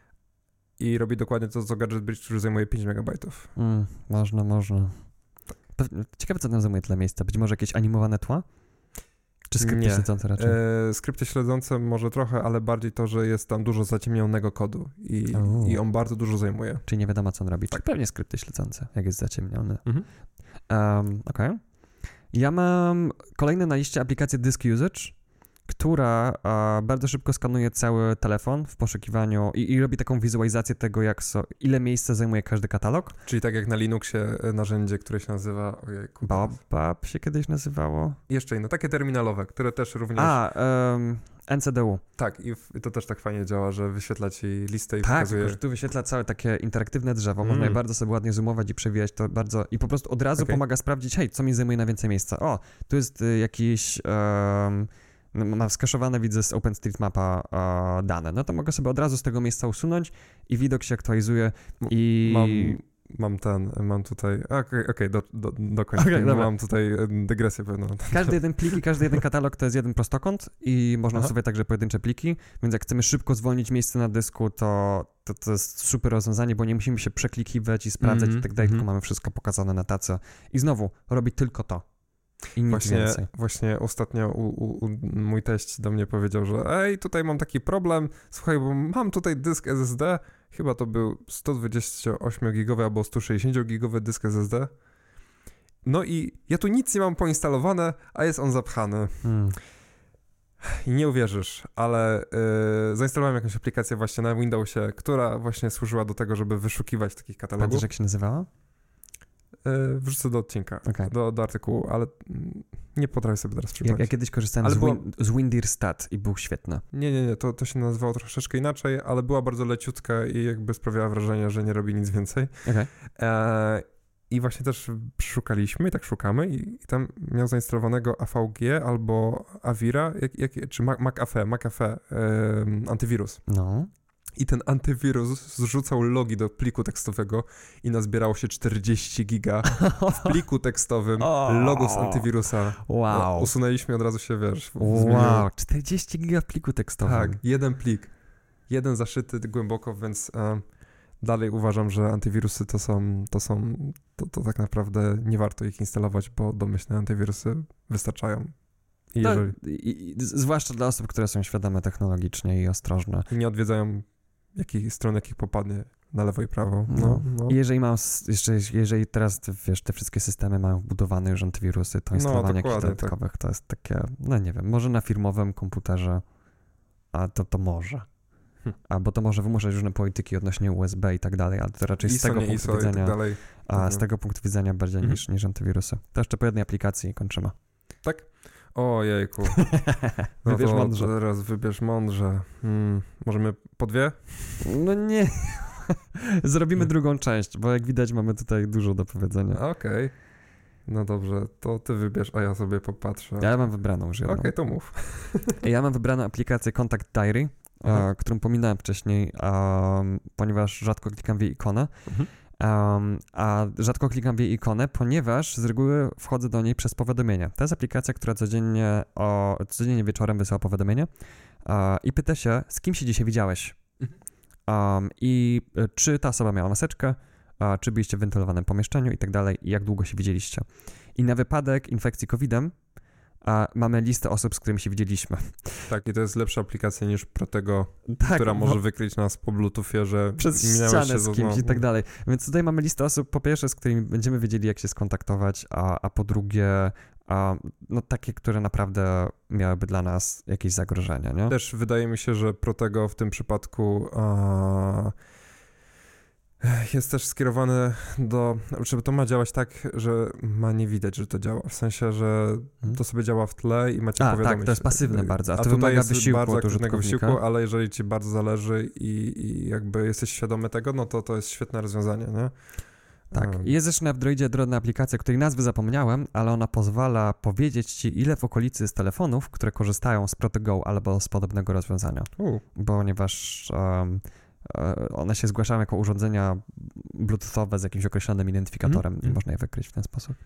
i robi dokładnie to, co Gadget Bridge, który zajmuje 5 megabajtów. Można. Ciekawe, co tam zajmuje tyle miejsca. Być może jakieś animowane tła? Czy skrypty śledzące raczej? Skrypty śledzące może trochę, ale bardziej to, że jest tam dużo zaciemnionego kodu i on bardzo dużo zajmuje. Czyli nie wiadomo, co on robi. Tak. Czy pewnie skrypty śledzące, jak jest zaciemniony. Okej. Ja mam kolejne na liście aplikację Disk Usage, która bardzo szybko skanuje cały telefon w poszukiwaniu i robi taką wizualizację tego, ile miejsca zajmuje każdy katalog. Czyli tak jak na Linuxie narzędzie, które się nazywa... Bobab się kiedyś nazywało? Jeszcze inne, takie terminalowe, które też również... NCDU. Tak, i to też tak fajnie działa, że wyświetla ci listę i tak, pokazuje... Tak, że tu wyświetla całe takie interaktywne drzewo, można je bardzo sobie ładnie zoomować i przewijać to bardzo... I po prostu od razu pomaga sprawdzić, co mi zajmuje na więcej miejsca. O, tu jest jakiś... mam skaszowane, widzę z OpenStreetMapa dane. No to mogę sobie od razu z tego miejsca usunąć i widok się aktualizuje i... Mam tutaj... Okej, dokończę. Mam tutaj dygresję pewną. Każdy jeden plik i każdy jeden katalog to jest jeden prostokąt i można sobie także pojedyncze pliki, więc jak chcemy szybko zwolnić miejsce na dysku, to jest super rozwiązanie, bo nie musimy się przeklikiwać i sprawdzać i tak dalej, tylko mamy wszystko pokazane na tacy. I znowu, robi tylko to. I nic więcej. Właśnie ostatnio mój teść do mnie powiedział, że tutaj mam taki problem, słuchaj, bo mam tutaj dysk SSD, chyba to był 128-gigowy albo 160-gigowy dysk SSD. No i ja tu nic nie mam poinstalowane, a jest on zapchany. I nie uwierzysz, ale zainstalowałem jakąś aplikację właśnie na Windowsie, która właśnie służyła do tego, żeby wyszukiwać takich katalogów. Pamiętasz, jak się nazywała? Wrzucę do odcinka, do artykułu, ale nie potrafię sobie teraz przypomnieć. Ja kiedyś korzystałem z Windirstat i był świetny. Nie, to się nazywało troszeczkę inaczej, ale była bardzo leciutka i jakby sprawiała wrażenie, że nie robi nic więcej. I właśnie też szukaliśmy i tak szukamy i tam miał zainstalowanego AVG albo Avira, czy McAfee antywirus. No. I ten antywirus zrzucał logi do pliku tekstowego i nazbierało się 40 giga w pliku tekstowym logo z antywirusa. Wow. Usunęliśmy, od razu się, Wow, 40 giga w pliku tekstowym. Tak, jeden plik. Jeden zaszyty głęboko, więc dalej uważam, że antywirusy to tak naprawdę nie warto ich instalować, bo domyślne antywirusy wystarczają. Zwłaszcza dla osób, które są świadome technologicznie i ostrożne. I nie odwiedzają stron, jakich popadnie na lewo i prawo. No. I jeżeli teraz, te wszystkie systemy mają wbudowane już antywirusy, to instalowanie jakichś dodatkowych to jest takie, nie wiem, może na firmowym komputerze, a to może. Bo to może wymuszać różne polityki odnośnie USB i tak dalej, ale to raczej z tego punktu widzenia, z tego punktu widzenia bardziej niż antywirusy. To jeszcze po jednej aplikacji i kończymy. Tak? Ojejku. Wybierz mądrze. Teraz wybierz mądrze. Możemy po dwie? No nie. Zrobimy drugą część, bo jak widać mamy tutaj dużo do powiedzenia. Okej. No dobrze, to ty wybierz, a ja sobie popatrzę. Ja mam wybraną już jedną. Okej, to mów. Ja mam wybraną aplikację Contact Diary, którą pominąłem wcześniej, ponieważ rzadko klikam w jej ikonę. A rzadko klikam w jej ikonę, ponieważ z reguły wchodzę do niej przez powiadomienia. To jest aplikacja, która codziennie wieczorem wysyła powiadomienie i pyta się, z kim się dzisiaj widziałeś i czy ta osoba miała maseczkę, czy byliście w wentylowanym pomieszczeniu i tak dalej, i jak długo się widzieliście. I na wypadek infekcji COVID-em mamy listę osób, z którymi się widzieliśmy. Tak, i to jest lepsza aplikacja niż Protego, która może wykryć nas po Bluetoothie, że przez ścianę z kimś i tak dalej. Więc tutaj mamy listę osób, po pierwsze, z którymi będziemy wiedzieli, jak się skontaktować, a po drugie, takie, które naprawdę miałyby dla nas jakieś zagrożenia, nie? Też wydaje mi się, że Protego w tym przypadku jest też skierowane żeby to ma działać tak, że ma nie widać, że to działa. W sensie, że to sobie działa w tle i macie powiadomić. Tak, to jest pasywne bardzo, a to tutaj wymaga jest wysiłku bardzo od użytkownika. wysiłku, ale jeżeli ci bardzo zależy i jakby jesteś świadomy tego, no to jest świetne rozwiązanie, nie? Tak. Jest zresztą na Androidzie drobna aplikacja, której nazwy zapomniałem, ale ona pozwala powiedzieć ci, ile w okolicy jest telefonów, które korzystają z ProtoGo albo z podobnego rozwiązania. Ponieważ one się zgłaszają jako urządzenia bluetoothowe z jakimś określonym identyfikatorem i można je wykryć w ten sposób.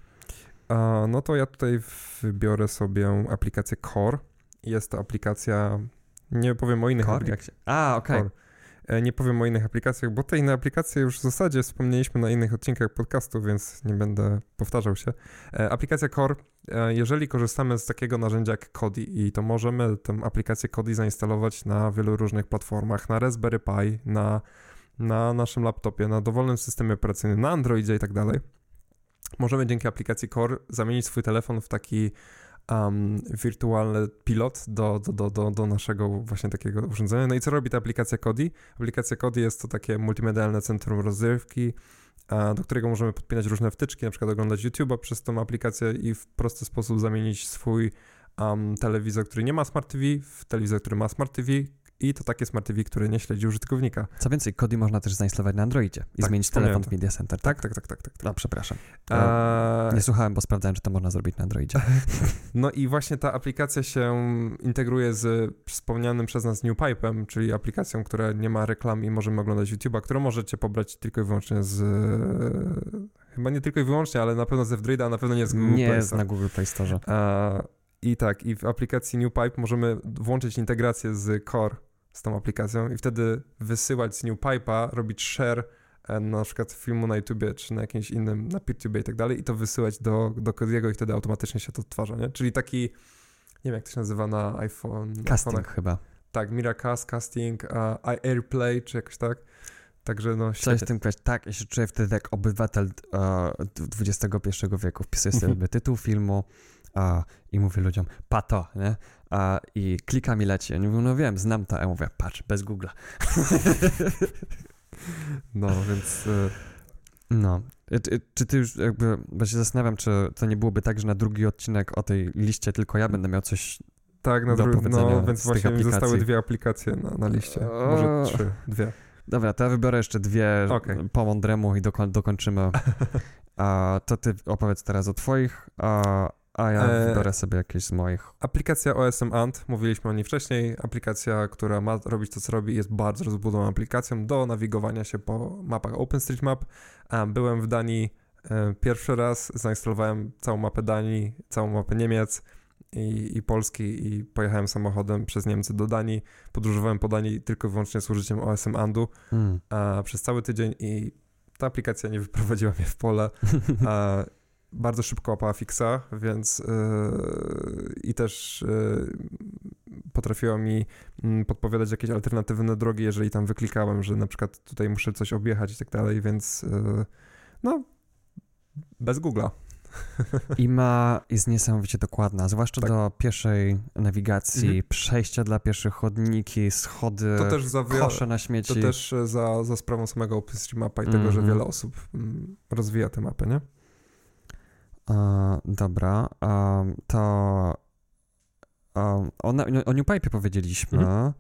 No to ja tutaj wybiorę sobie aplikację Core. Jest to aplikacja Nie powiem o innych aplikacjach. Okej. Nie powiem o innych aplikacjach, bo te inne aplikacje już w zasadzie wspomnieliśmy na innych odcinkach podcastu, więc nie będę powtarzał się. Aplikacja Core, jeżeli korzystamy z takiego narzędzia jak Kodi i to możemy tę aplikację Kodi zainstalować na wielu różnych platformach, na Raspberry Pi, na naszym laptopie, na dowolnym systemie operacyjnym, na Androidzie i tak dalej. Możemy dzięki aplikacji Core zamienić swój telefon w taki wirtualny pilot do naszego właśnie takiego urządzenia. No i co robi ta aplikacja Kodi? Aplikacja Kodi jest to takie multimedialne centrum rozrywki, do którego możemy podpinać różne wtyczki, na przykład oglądać YouTube'a przez tą aplikację i w prosty sposób zamienić swój telewizor, który nie ma Smart TV, w telewizor, który ma Smart TV i to takie Smart TV, które nie śledzi użytkownika. Co więcej, Kodi można też zainstalować na Androidzie i zmienić telefon w Media Center. Tak. No, przepraszam. Nie słuchałem, bo sprawdzałem, czy to można zrobić na Androidzie. No i właśnie ta aplikacja się integruje z wspomnianym przez nas NewPipe'em, czyli aplikacją, która nie ma reklam i możemy oglądać YouTube'a, którą możecie pobrać tylko i wyłącznie chyba nie tylko i wyłącznie, ale na pewno z F-Droida, a na pewno nie z Google Play Store. Nie jest na Google Play Store. I w aplikacji NewPipe możemy włączyć integrację z Core, z tą aplikacją i wtedy wysyłać z NewPipe'a, robić share na przykład filmu na YouTubie, czy na jakimś innym, na PeerTube i tak dalej i to wysyłać do Kodiego i wtedy automatycznie się to odtwarza, nie? Czyli taki, nie wiem jak to się nazywa na iPhone. Casting chyba. Tak, Miracast, Casting, AirPlay, czy jakoś tak. Także no świetnie. Coś w tym kwestii. Tak, ja się czuję wtedy jak obywatel XXI wieku. Wpisuję sobie tytuł filmu i mówię ludziom, pato, nie? I klikam i leci. Oni mówią, no wiem, znam to. Ja mówię, patrz, bez Google'a. No, więc... No. Czy ty już jakby, bo się zastanawiam, czy to nie byłoby tak, że na drugi odcinek o tej liście tylko ja będę miał coś do powiedzenia no, więc właśnie mi zostały 2 aplikacje na liście. Może 3, 2. Dobra, to ja wybiorę jeszcze 2 po mądremu i dokończymy. To ty opowiedz teraz o twoich, a ja wybiorę sobie jakieś z moich. Aplikacja OSM Ant, mówiliśmy o niej wcześniej. Aplikacja, która ma robić to, co robi, jest bardzo rozbudowaną aplikacją do nawigowania się po mapach OpenStreetMap. Byłem w Danii pierwszy raz, zainstalowałem całą mapę Danii, całą mapę Niemiec i Polski i pojechałem samochodem przez Niemcy do Danii. Podróżowałem po Danii tylko i wyłącznie z użyciem OSM Andu przez cały tydzień i ta aplikacja nie wyprowadziła mnie w pole. Bardzo szybko łapała fixa, więc i też potrafiła mi podpowiadać jakieś alternatywne drogi, jeżeli tam wyklikałem, że na przykład tutaj muszę coś objechać i tak dalej, więc no bez Google'a. Jest niesamowicie dokładna, zwłaszcza do pieszej nawigacji, przejścia dla pieszych, chodniki, schody, kosze na śmieci. To też za sprawą samego OpenStreetMapa i tego, że wiele osób rozwija tę mapę, nie? Dobra, to o NewPipe powiedzieliśmy,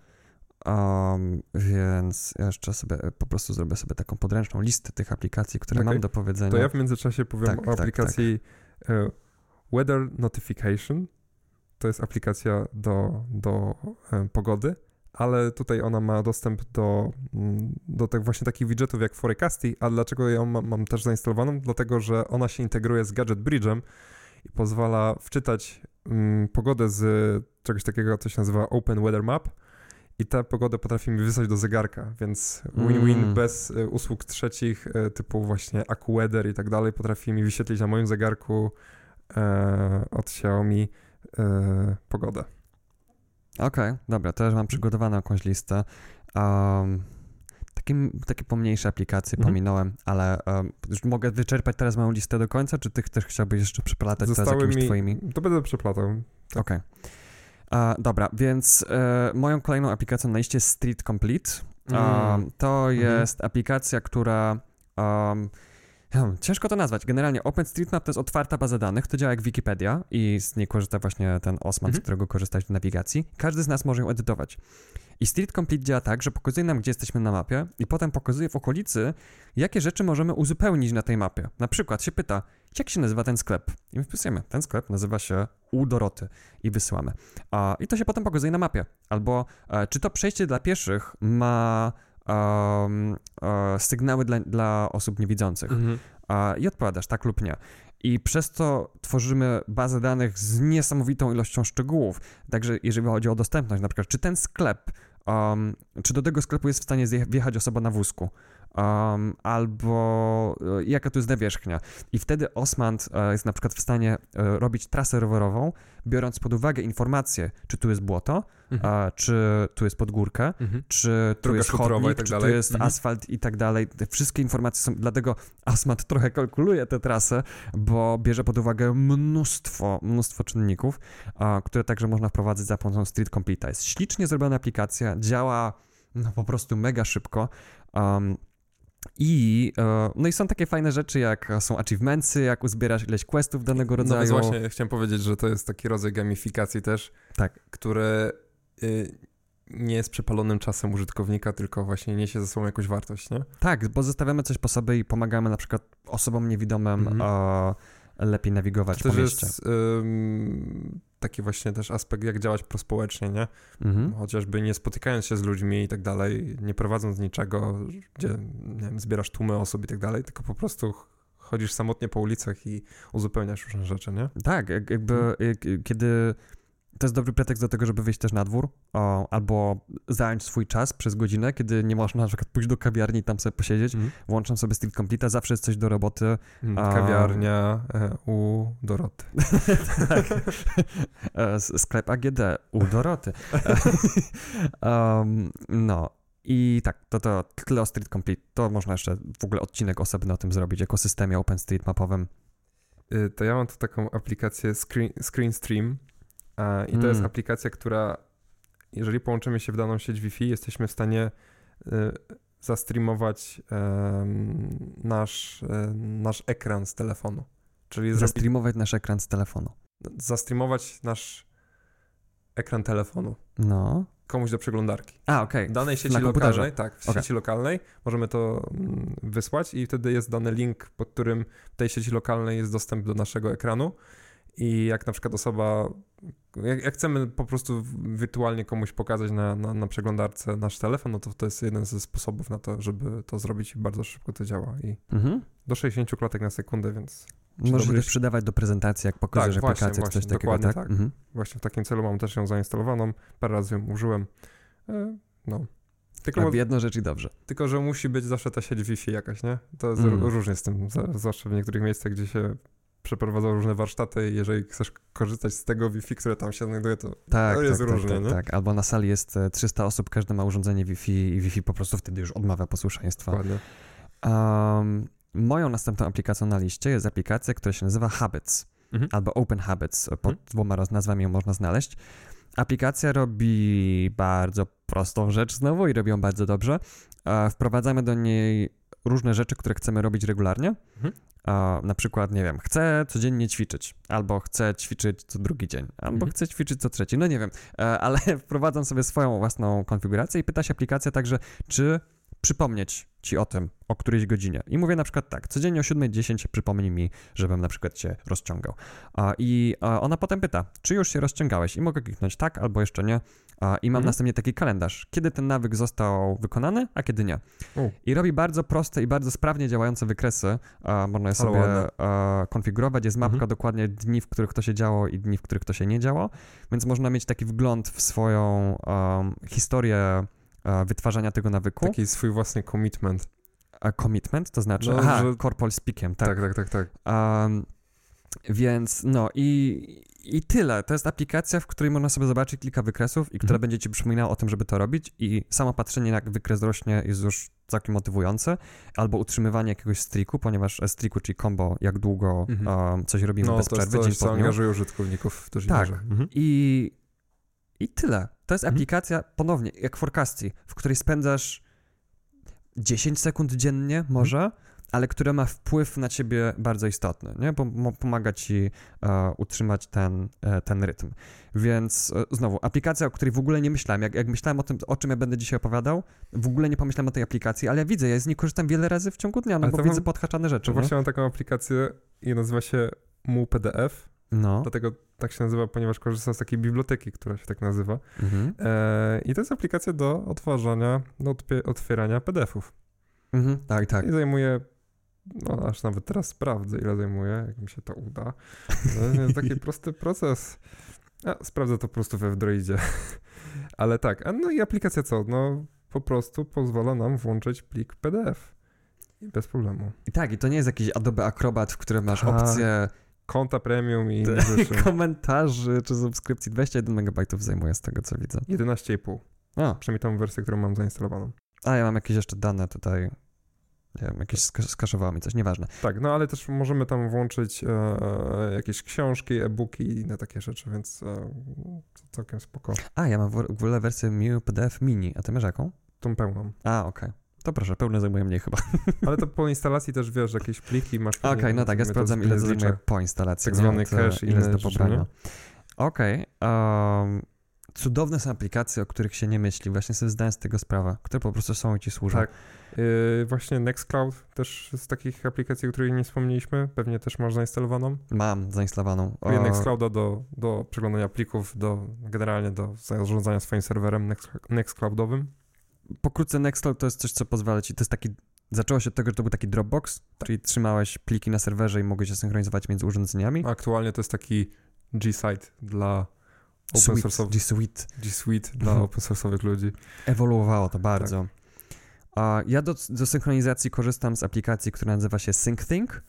więc ja jeszcze sobie po prostu zrobię sobie taką podręczną listę tych aplikacji, które mam do powiedzenia. To ja w międzyczasie powiem o aplikacji Weather Notification. To jest aplikacja do pogody, ale tutaj ona ma dostęp do właśnie takich widgetów jak Forecasty, a dlaczego ją mam też zainstalowaną? Dlatego, że ona się integruje z Gadget Bridge'em i pozwala wczytać pogodę z czegoś takiego, co się nazywa Open Weather Map i tę pogodę potrafi mi wysłać do zegarka, więc win-win bez usług trzecich typu właśnie AccuWeather i tak dalej potrafi mi wyświetlić na moim zegarku od Xiaomi pogodę. Okej, dobra, to już mam przygotowaną jakąś listę. Takie pomniejsze aplikacje pominąłem, ale już mogę wyczerpać teraz moją listę do końca, czy ty też chciałbyś jeszcze przeplatać teraz jakimiś twoimi? To będę przeplatał. Tak. Okej. Dobra, więc moją kolejną aplikacją na liście jest Street Complete. To jest aplikacja, która... ciężko to nazwać. Generalnie OpenStreetMap to jest otwarta baza danych, to działa jak Wikipedia i z niej korzysta właśnie ten Osman, z którego korzystać do nawigacji. Każdy z nas może ją edytować. I Street Complete działa tak, że pokazuje nam, gdzie jesteśmy na mapie i potem pokazuje w okolicy, jakie rzeczy możemy uzupełnić na tej mapie. Na przykład się pyta, jak się nazywa ten sklep? I my wpisujemy, ten sklep nazywa się U Doroty i wysyłamy. I to się potem pokazuje na mapie. Albo czy to przejście dla pieszych ma sygnały dla osób niewidzących. i odpowiadasz tak lub nie. I przez to tworzymy bazę danych z niesamowitą ilością szczegółów. Także jeżeli chodzi o dostępność, na przykład czy ten sklep, czy do tego sklepu jest w stanie wjechać osoba na wózku, albo jaka tu jest nawierzchnia. I wtedy Osmand jest na przykład w stanie robić trasę rowerową, biorąc pod uwagę informacje, czy tu jest błoto, czy tu jest podgórka, czy tu jest chodnik, tak czy tu jest asfalt i tak dalej. Te wszystkie informacje są, dlatego Osmand trochę kalkuluje tę trasę, bo bierze pod uwagę mnóstwo czynników, które także można wprowadzić za pomocą Street Complete. Jest ślicznie zrobiona aplikacja, działa po prostu mega szybko. I są takie fajne rzeczy, jak są achievementsy, jak uzbierasz ileś questów danego rodzaju. No właśnie chciałem powiedzieć, że to jest taki rodzaj gamifikacji też, tak, które nie jest przepalonym czasem użytkownika, tylko właśnie niesie ze sobą jakąś wartość, nie? Tak, bo zostawiamy coś po sobie i pomagamy na przykład osobom niewidomym lepiej nawigować po mieście. Jest taki właśnie też aspekt, jak działać prospołecznie, nie? Chociażby nie spotykając się z ludźmi i tak dalej, nie prowadząc niczego, gdzie nie wiem, zbierasz tłumy osób i tak dalej, tylko po prostu chodzisz samotnie po ulicach i uzupełniasz różne rzeczy, nie? Tak, kiedy to jest dobry pretekst do tego, żeby wyjść też na dwór, albo zająć swój czas przez godzinę, kiedy nie można na przykład pójść do kawiarni i tam sobie posiedzieć, włączam sobie Street Complete, zawsze jest coś do roboty. Kawiarnia u Doroty. Tak. Sklep AGD u Doroty. I tak, to tyle o Street Complete. To można jeszcze w ogóle odcinek osobny o tym zrobić, jako systemie OpenStreetMapowym. To ja mam tu taką aplikację ScreenStream. I to jest aplikacja, która, jeżeli połączymy się w daną sieć Wi-Fi, jesteśmy w stanie zastreamować nasz ekran z telefonu. Czyli zastreamować nasz ekran z telefonu. Zastreamować nasz ekran telefonu. No. Komuś do przeglądarki. Okej. W danej sieci lokalnej, tak, w sieci lokalnej możemy to wysłać i wtedy jest dany link, pod którym w tej sieci lokalnej jest dostęp do naszego ekranu. I jak na przykład osoba, jak chcemy po prostu wirtualnie komuś pokazać na przeglądarce nasz telefon, no to jest jeden ze sposobów na to, żeby to zrobić i bardzo szybko to działa. I do 60 klatek na sekundę, więc... Możesz też przydawać do prezentacji, jak pokażesz aplikację, czy coś takiego, dokładnie tak? Właśnie w takim celu mam też ją zainstalowaną, parę razy ją użyłem. Tylko jedną rzecz i dobrze. Tylko, że musi być zawsze ta sieć Wi-Fi jakaś, nie? To jest różnie z tym, zwłaszcza w niektórych miejscach, gdzie się przeprowadzą różne warsztaty i jeżeli chcesz korzystać z tego Wi-Fi, które tam się znajduje, to jest różnie, nie? Tak, albo na sali jest 300 osób, każdy ma urządzenie Wi-Fi i Wi-Fi po prostu wtedy już odmawia posłuszeństwa. Dokładnie. Moją następną aplikacją na liście jest aplikacja, która się nazywa Habits, albo Open Habits, pod dwoma nazwami ją można znaleźć. Aplikacja robi bardzo prostą rzecz znowu i robi ją bardzo dobrze. Wprowadzamy do niej różne rzeczy, które chcemy robić regularnie. Na przykład, nie wiem, chcę codziennie ćwiczyć, albo chcę ćwiczyć co drugi dzień, albo chcę ćwiczyć co trzeci, no nie wiem, ale wprowadzam sobie swoją własną konfigurację i pyta się aplikacja także, czy przypomnieć ci o tym o którejś godzinie. I mówię na przykład tak, codziennie o 7:10 przypomnij mi, żebym na przykład się rozciągał. I ona potem pyta, czy już się rozciągałeś? I mogę kliknąć tak, albo jeszcze nie. I mam następnie taki kalendarz, kiedy ten nawyk został wykonany, a kiedy nie. I robi bardzo proste i bardzo sprawnie działające wykresy. Można je sobie konfigurować. Jest mapka dokładnie dni, w których to się działo i dni, w których to się nie działo. Więc można mieć taki wgląd w swoją historię wytwarzania tego nawyku. Taki swój własny commitment. Commitment, to znaczy? Corporal speakiem, tak. Tak. Więc i tyle. To jest aplikacja, w której można sobie zobaczyć kilka wykresów i która będzie ci przypominała o tym, żeby to robić i samo patrzenie, jak wykres rośnie, jest już całkiem motywujące, albo utrzymywanie jakiegoś streaku, ponieważ streaku, czyli combo, jak długo coś robimy bez przerwy, dzień po dniu. To angażuje użytkowników w to, że tak. I tyle. To jest aplikacja, ponownie, jak Forecasty, w której spędzasz 10 sekund dziennie może, ale która ma wpływ na ciebie bardzo istotny, nie? Bo pomaga ci utrzymać ten rytm. Więc znowu, aplikacja, o której w ogóle nie myślałem. Jak myślałem o tym, o czym ja będę dzisiaj opowiadał, w ogóle nie pomyślałem o tej aplikacji, ale ja widzę, ja z niej korzystam wiele razy w ciągu dnia, bo widzę podhaczane rzeczy. Właśnie mam taką aplikację i nazywa się MuPDF. Dlatego tak się nazywa, ponieważ korzystam z takiej biblioteki, która się tak nazywa. I to jest aplikacja do odtwarzania, do otwierania PDF-ów. Tak. I zajmuje no aż nawet teraz sprawdzę, ile zajmuje, jak mi się to uda. To jest taki prosty proces. Sprawdzę to po prostu we F-Droidzie. Ale tak, no i aplikacja co? No po prostu pozwala nam włączyć plik PDF. I bez problemu. I tak, i to nie jest jakiś Adobe Acrobat, w którym masz opcję konta premium i komentarzy czy subskrypcji. 21 MB zajmuje z tego, co widzę. 11,5. Przynajmniej tą wersję, którą mam zainstalowaną. Ja mam jakieś jeszcze dane tutaj. Nie wiem, jakieś skaszowało mi coś, nieważne. Tak, no ale też możemy tam włączyć jakieś książki, e-booki i inne takie rzeczy, więc całkiem spoko. Ja mam w ogóle wersję Miu PDF Mini, a ty masz jaką? Tą pełną. Okej. To proszę, pełne zajmuje mniej chyba. Ale to po instalacji też wiesz, jakieś pliki masz. Okej, no tak, ja sprawdzam ile to zajmuje po instalacji. Tak zwany cache i ile jest do pobrania. Cudowne są aplikacje, o których się nie myśli, właśnie sobie zdałem z tego sprawę, które po prostu są i ci służą. Tak. Właśnie Nextcloud też z takich aplikacji, o których nie wspomnieliśmy, pewnie też masz zainstalowaną. Mam zainstalowaną. Nextclouda do przeglądania plików, generalnie do zarządzania swoim serwerem Nextcloudowym. Pokrótce Nextcloud to jest coś, co pozwala ci, zaczęło się od tego, że to był taki Dropbox, czyli trzymałeś pliki na serwerze i mogłeś się synchronizować między urządzeniami. Aktualnie to jest taki G-Site dla open source'owych. G Suite dla open source'owych ludzi. Ewoluowało to bardzo. Tak. Ja do synchronizacji korzystam z aplikacji, która nazywa się SyncThing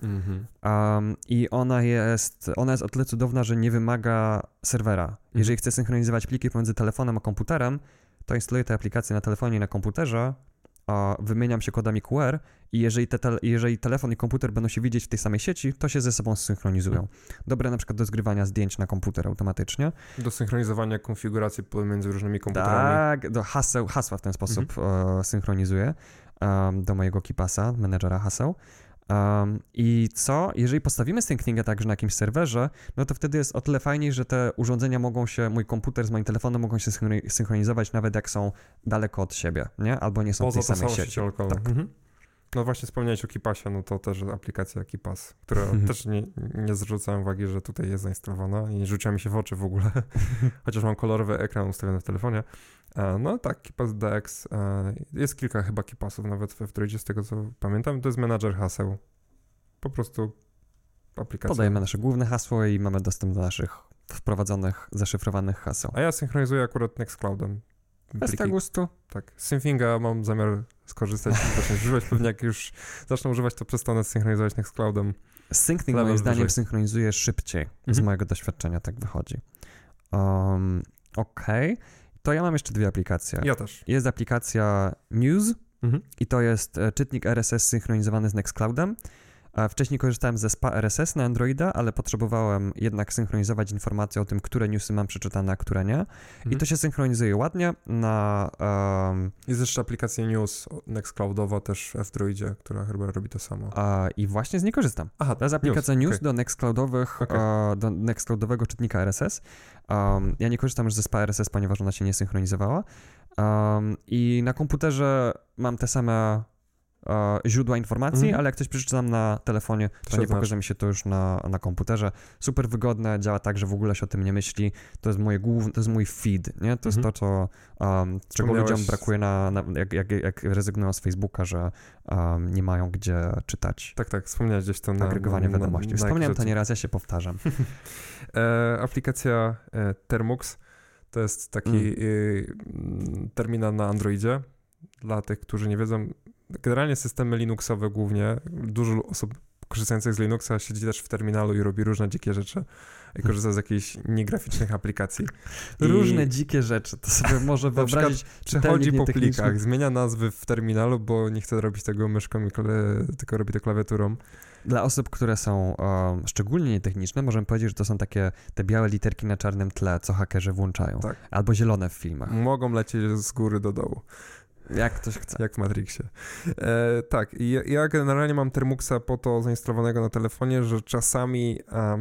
i ona jest o tyle cudowna, że nie wymaga serwera. Jeżeli chcę synchronizować pliki pomiędzy telefonem a komputerem, to instaluję tę aplikację na telefonie i na komputerze, wymieniam się kodami QR i jeżeli telefon i komputer będą się widzieć w tej samej sieci, to się ze sobą synchronizują. Dobre na przykład do zgrywania zdjęć na komputer automatycznie. Do synchronizowania konfiguracji pomiędzy różnymi komputerami. Tak, do hasła w ten sposób synchronizuję do mojego KeePassa, menedżera haseł. I jeżeli postawimy SyncThinga także na jakimś serwerze, no to wtedy jest o tyle fajniej, że te urządzenia mój komputer z moim telefonem mogą się synchronizować nawet jak są daleko od siebie, nie? Albo nie są w tej samej sieci. Tak. No właśnie wspomniałeś o KeePassie, no to też aplikacja KeePass, która też nie zwrócałem uwagi, że tutaj jest zainstalowana i nie rzuciła mi się w oczy w ogóle, chociaż mam kolorowy ekran ustawiony w telefonie. No tak, KeePass DX, jest kilka chyba KeePassów nawet w F-Droidzie, z tego co pamiętam, to jest menadżer haseł. Po prostu aplikacja. Podajemy nasze główne hasło i mamy dostęp do naszych wprowadzonych, zaszyfrowanych haseł. A ja synchronizuję akurat Nextcloudem. Bez tego gustu. Tak, SyncThinga mam zamiar skorzystać i zacząć używać, pewnie jak już zacznę używać, to przestanę synchronizować Nextcloudem. SyncThing moim zdaniem synchronizuje szybciej, z mojego doświadczenia tak wychodzi. Okej. To ja mam jeszcze dwie aplikacje. Ja też. Jest aplikacja Muse i to jest czytnik RSS synchronizowany z Nextcloudem. Wcześniej korzystałem ze SPA RSS na Androida, ale potrzebowałem jednak synchronizować informacje o tym, które newsy mam przeczytane, a które nie. I to się synchronizuje ładnie na... Jest jeszcze aplikacja News Nextcloudowa też w F-Droidzie, która chyba robi to samo. I właśnie z niej korzystam. To jest aplikacja News do do Nextcloudowego czytnika RSS. Ja nie korzystam już ze SPA RSS, ponieważ ona się nie synchronizowała. I na komputerze mam te same źródła informacji, ale jak coś przeczytam na telefonie, to nie pokaże mi się to już na komputerze. Super wygodne, działa tak, że w ogóle się o tym nie myśli. To jest to jest mój feed, nie? To jest to, czego ludziom brakuje jak rezygnują z Facebooka, że nie mają gdzie czytać. Tak, wspomniałeś gdzieś to agregowanie wiadomości. Wspomniałem to nieraz, ja się powtarzam. Aplikacja Termux to jest taki terminal na Androidzie. Dla tych, którzy nie wiedzą, generalnie systemy Linuxowe głównie, dużo osób korzystających z Linuxa siedzi też w terminalu i robi różne dzikie rzeczy i korzysta z jakichś niegraficznych aplikacji. Różne dzikie rzeczy, to sobie może wyobrazić. Przechodzi po plikach, zmienia nazwy w terminalu, bo nie chce robić tego myszką, tylko robi to klawiaturą. Dla osób, które są szczególnie nietechniczne, możemy powiedzieć, że to są te białe literki na czarnym tle, co hakerzy włączają. Tak. Albo zielone w filmach. Mogą lecieć z góry do dołu. Jak ktoś chce. Jak w Matrixie. Tak, ja generalnie mam Termuxa po to zainstalowanego na telefonie, że czasami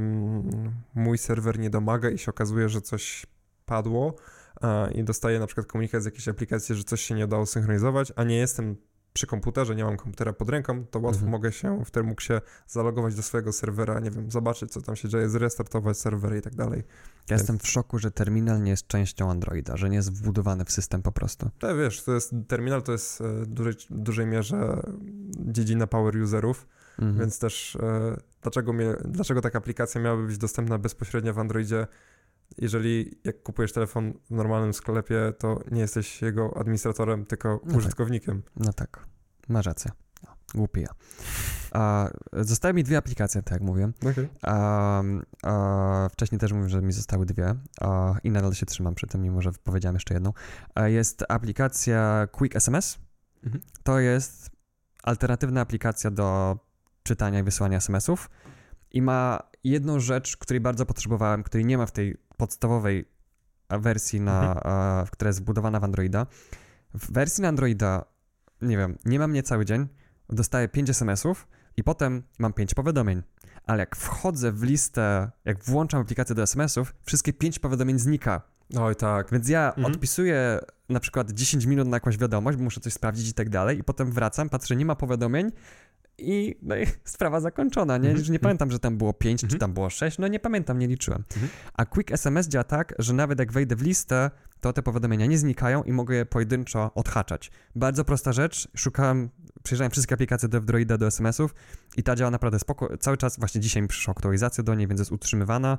mój serwer nie domaga i się okazuje, że coś padło i dostaję na przykład komunikat z jakiejś aplikacji, że coś się nie udało synchronizować, a nie jestem przy komputerze, nie mam komputera pod ręką, to łatwo mogę się w Termuxie zalogować do swojego serwera, nie wiem, zobaczyć, co tam się dzieje, zrestartować serwer i tak dalej. Ja jestem w szoku, że terminal nie jest częścią Androida, że nie jest wbudowany w system po prostu. Wiesz, terminal to jest w dużej mierze dziedzina power userów więc też dlaczego taka aplikacja miałaby być dostępna bezpośrednio w Androidzie, jeżeli jak kupujesz telefon w normalnym sklepie, to nie jesteś jego administratorem, tylko użytkownikiem. No tak, masz rację. Głupi ja. Zostały mi 2 aplikacje, tak jak mówię. Okay. Wcześniej też mówiłem, że mi zostały 2 i nadal się trzymam przy tym, mimo że powiedziałem jeszcze jedną. Jest aplikacja Quick SMS. To jest alternatywna aplikacja do czytania i wysyłania SMS-ów i ma jedną rzecz, której bardzo potrzebowałem, której nie ma w tej podstawowej wersji, która jest zbudowana w Androida. W wersji na Androida, nie wiem, nie mam mnie cały dzień, dostaję 5 SMS-ów i potem mam 5 powiadomień. Ale jak wchodzę w listę, jak włączam aplikację do SMS-ów, wszystkie 5 powiadomień znika. Oj, tak. Więc ja odpisuję na przykład 10 minut na jakąś wiadomość, bo muszę coś sprawdzić i tak dalej i potem wracam, patrzę, nie ma powiadomień i sprawa zakończona, nie? Już nie pamiętam, że tam było 5 czy tam było 6, no nie pamiętam, nie liczyłem. A Quick SMS działa tak, że nawet jak wejdę w listę, to te powiadomienia nie znikają i mogę je pojedynczo odhaczać. Bardzo prosta rzecz, przejrzałem wszystkie aplikacje do Androida, do SMS-ów i ta działa naprawdę spoko. Cały czas, właśnie dzisiaj mi przyszła aktualizacja do niej, więc jest utrzymywana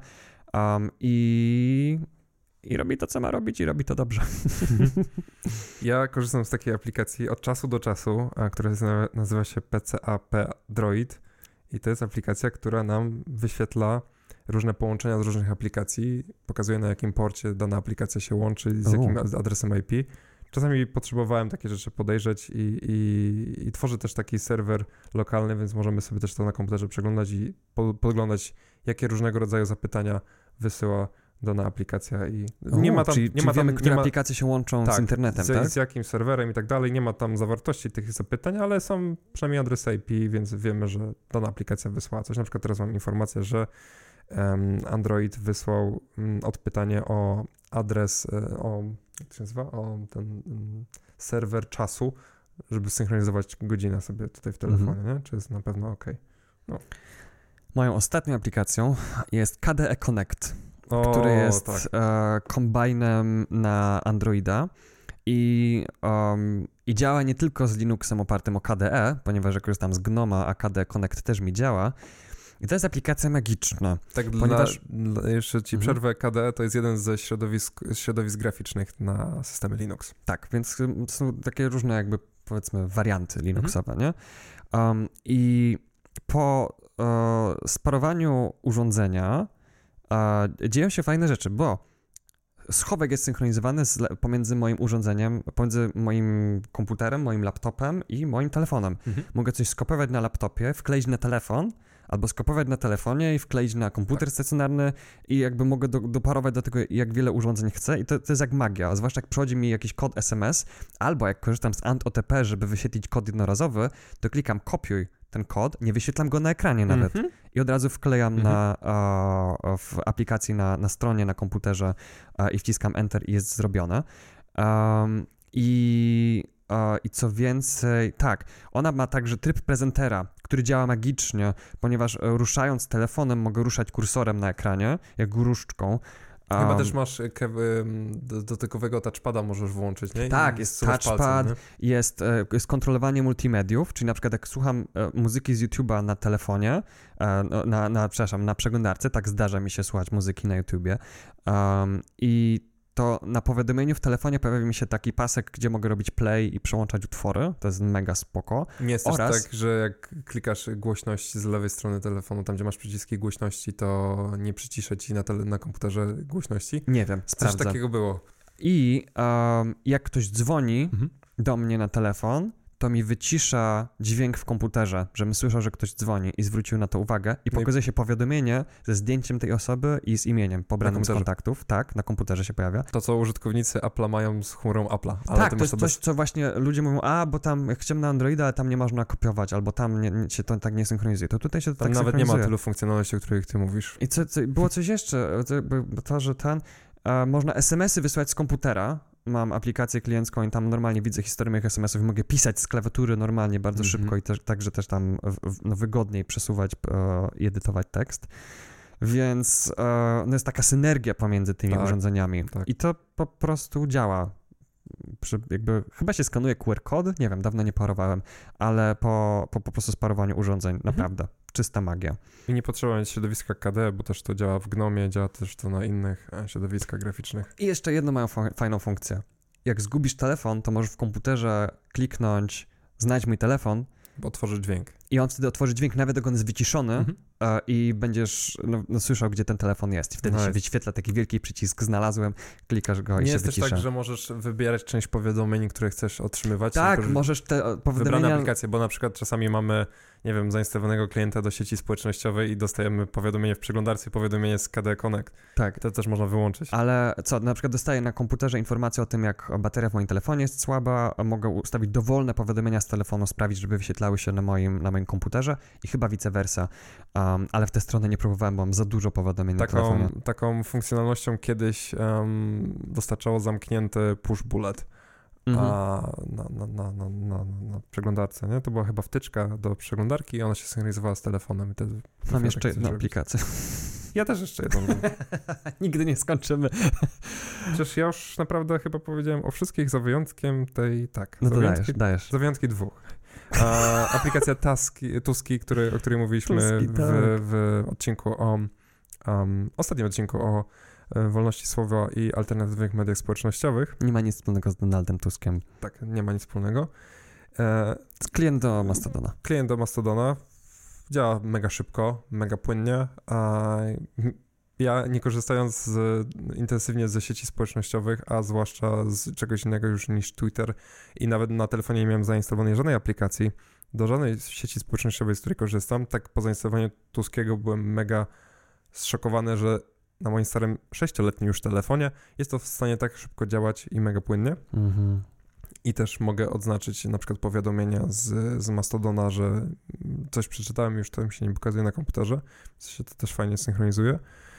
i robi to, co ma robić i robi to dobrze. Ja korzystam z takiej aplikacji od czasu do czasu, która nazywa się PCAP Droid i to jest aplikacja, która nam wyświetla różne połączenia z różnych aplikacji, pokazuje na jakim porcie dana aplikacja się łączy, z jakim adresem IP. Czasami potrzebowałem takie rzeczy podejrzeć i tworzę też taki serwer lokalny, więc możemy sobie też to na komputerze przeglądać i podglądać, jakie różnego rodzaju zapytania wysyła dana aplikacja i nie ma tam... wiemy, które aplikacje się łączą z internetem, tak? Z jakim serwerem i tak dalej. Nie ma tam zawartości tych zapytań, ale są przynajmniej adresy IP, więc wiemy, że dana aplikacja wysłała coś. Na przykład teraz mam informację, że Android wysłał odpytanie o adres, jak to się nazywa? O ten serwer czasu, żeby synchronizować godzinę sobie tutaj w telefonie, nie? Czy jest na pewno OK? No. Moją ostatnią aplikacją jest KDE Connect, który jest kombajnem na Androida i działa nie tylko z Linuxem opartym o KDE, ponieważ ja korzystam z Gnoma, a KDE Connect też mi działa. I to jest aplikacja magiczna. Tak, ponieważ jeszcze ci przerwę, KDE to jest jeden ze środowisk graficznych na systemie Linux. Tak, więc to są takie różne jakby powiedzmy warianty Linuxowe, nie? I po sparowaniu urządzenia dzieją się fajne rzeczy, bo schowek jest synchronizowany pomiędzy moim urządzeniem, pomiędzy moim komputerem, moim laptopem i moim telefonem. Mogę coś skopiować na laptopie, wkleić na telefon, albo skopiować na telefonie i wkleić na komputer stacjonarny i jakby mogę doparować do tego, jak wiele urządzeń chcę i to jest jak magia, zwłaszcza jak przychodzi mi jakiś kod SMS, albo jak korzystam z AntOTP, żeby wyświetlić kod jednorazowy, to klikam kopiuj ten kod, nie wyświetlam go na ekranie nawet i od razu wklejam w aplikacji na stronie, na komputerze i wciskam Enter i jest zrobione. I co więcej, tak, ona ma także tryb prezentera, który działa magicznie, ponieważ ruszając telefonem mogę ruszać kursorem na ekranie, jak różdżką. Chyba też masz dotykowego touchpada możesz włączyć, nie? Tak, jest touchpad, jest kontrolowanie multimediów, czyli na przykład jak słucham muzyki z YouTube'a na telefonie, na przeglądarce, tak zdarza mi się słuchać muzyki na YouTubie i to na powiadomieniu w telefonie pojawia mi się taki pasek, gdzie mogę robić play i przełączać utwory, to jest mega spoko. Nie jest też tak, że jak klikasz głośność z lewej strony telefonu, tam gdzie masz przyciski głośności, to nie przyciszę ci na komputerze głośności? Nie wiem, sprawdzę. Coś takiego było. I jak ktoś dzwoni do mnie na telefon, to mi wycisza dźwięk w komputerze, żebym słyszał, że ktoś dzwoni i zwrócił na to uwagę i pokazuje się powiadomienie ze zdjęciem tej osoby i z imieniem pobranym z kontaktów. Tak, na komputerze się pojawia. To, co użytkownicy Apple'a mają z chmurą Apple'a. Tak, to jest coś, co właśnie ludzie mówią, bo tam chciałem na Androida, ale tam nie można kopiować, albo tam się to tak nie synchronizuje. To tutaj się to tak nawet nie ma tylu funkcjonalności, o których ty mówisz. I było coś jeszcze, to, że można SMS-y wysłać z komputera. Mam aplikację kliencką i tam normalnie widzę historię moich SMS-ów i mogę pisać z klawiatury normalnie bardzo szybko i także też tam wygodniej przesuwać i edytować tekst. Więc jest taka synergia pomiędzy tymi urządzeniami. Tak. I to po prostu działa jakby chyba się skanuje QR kod, nie wiem, dawno nie parowałem, ale po prostu sparowaniu urządzeń, naprawdę, czysta magia. I nie potrzeba mieć środowiska KDE, bo też to działa w Gnomie, działa też to na innych środowiskach graficznych. I jeszcze jedną mają fajną funkcję. Jak zgubisz telefon, to możesz w komputerze kliknąć znajdź mój telefon, Bo otworzy dźwięk. i on wtedy otworzy dźwięk, nawet jak on jest wyciszony i będziesz słyszał, gdzie ten telefon jest. I wtedy się wyświetla taki wielki przycisk, znalazłem, klikasz go i się wycisza. Nie jest też tak, że możesz wybierać część powiadomień, które chcesz otrzymywać. Tak, możesz te powiadomienia... Wybrane aplikacje, bo na przykład czasami mamy, nie wiem, zainstalowanego klienta do sieci społecznościowej i dostajemy powiadomienie w przeglądarce, powiadomienie z KDE Connect. Tak. To też można wyłączyć. Ale co, na przykład dostaję na komputerze informację o tym, jak bateria w moim telefonie jest słaba, mogę ustawić dowolne powiadomienia z telefonu, sprawić, żeby wyświetlały się na moim komputerze i chyba vice versa, ale w tę stronę nie próbowałem, bo mam za dużo powiadomień na telefonie. Taką funkcjonalnością kiedyś dostarczało zamknięty push bullet na przeglądarce, nie? To była chyba wtyczka do przeglądarki i ona się synchronizowała z telefonem. Mam jeszcze jedną aplikację. Ja też jeszcze jedną. Nigdy nie skończymy. Przecież ja już naprawdę chyba powiedziałem o wszystkich, za wyjątkiem tej, tak. No to dajesz. Za wyjątki dwóch. Aplikacja Tuski, o której mówiliśmy w odcinku ostatnim odcinku o wolności słowa i alternatywnych mediach społecznościowych. Nie ma nic wspólnego z Donaldem Tuskiem. Tak, nie ma nic wspólnego. Klient do Mastodona. Klient do Mastodona. Działa mega szybko, mega płynnie. Ja nie korzystając intensywnie ze sieci społecznościowych, a zwłaszcza z czegoś innego już niż Twitter i nawet na telefonie nie miałem zainstalowanej żadnej aplikacji do żadnej sieci społecznościowej, z której korzystam, tak po zainstalowaniu Tuskiego byłem mega zszokowany, że na moim starym 6-letnim już telefonie jest to w stanie tak szybko działać i mega płynnie. I też mogę odznaczyć na przykład powiadomienia z Mastodona, że coś przeczytałem, już to mi się nie pokazuje na komputerze, co się to też fajnie synchronizuje.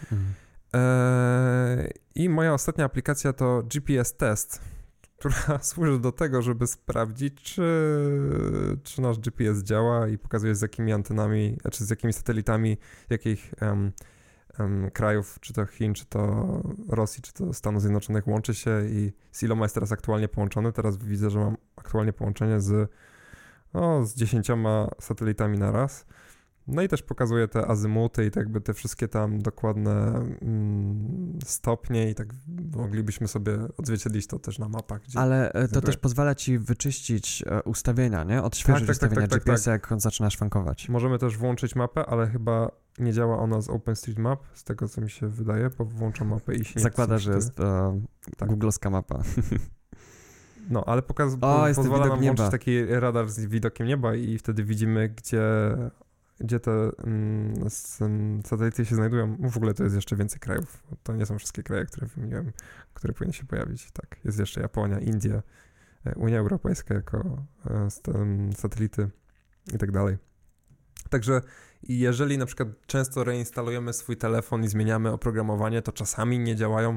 I moja ostatnia aplikacja to GPS Test, która służy do tego, żeby sprawdzić, czy nasz GPS działa i pokazuje z jakimi antenami, czy z jakimi satelitami, jakich krajów, czy to Chin, czy to Rosji, czy to Stanów Zjednoczonych łączy się i z iloma jest teraz aktualnie połączony. Teraz widzę, że mam aktualnie połączenie z 10 satelitami na raz. No i też pokazuje te azymuty i tak jakby te wszystkie tam dokładne stopnie i tak moglibyśmy sobie odzwierciedlić to też na mapach. Ale to też pozwala ci wyczyścić ustawienia, nie? Odświeżyć ustawienia GPS-a, jak zaczynasz szwankować. Możemy też włączyć mapę, ale chyba nie działa ona z OpenStreetMap, z tego co mi się wydaje, bo włączam mapę i się nie zakłada, że jest googlowska mapa. No, ale pozwala nam włączyć taki radar z widokiem nieba i wtedy widzimy, gdzie te satelity się znajdują. W ogóle to jest jeszcze więcej krajów. To nie są wszystkie kraje, które wymieniłem, które powinny się pojawić. Tak, jest jeszcze Japonia, Indie, Unia Europejska jako satelity i tak dalej. Także jeżeli na przykład często reinstalujemy swój telefon i zmieniamy oprogramowanie, to czasami nie działają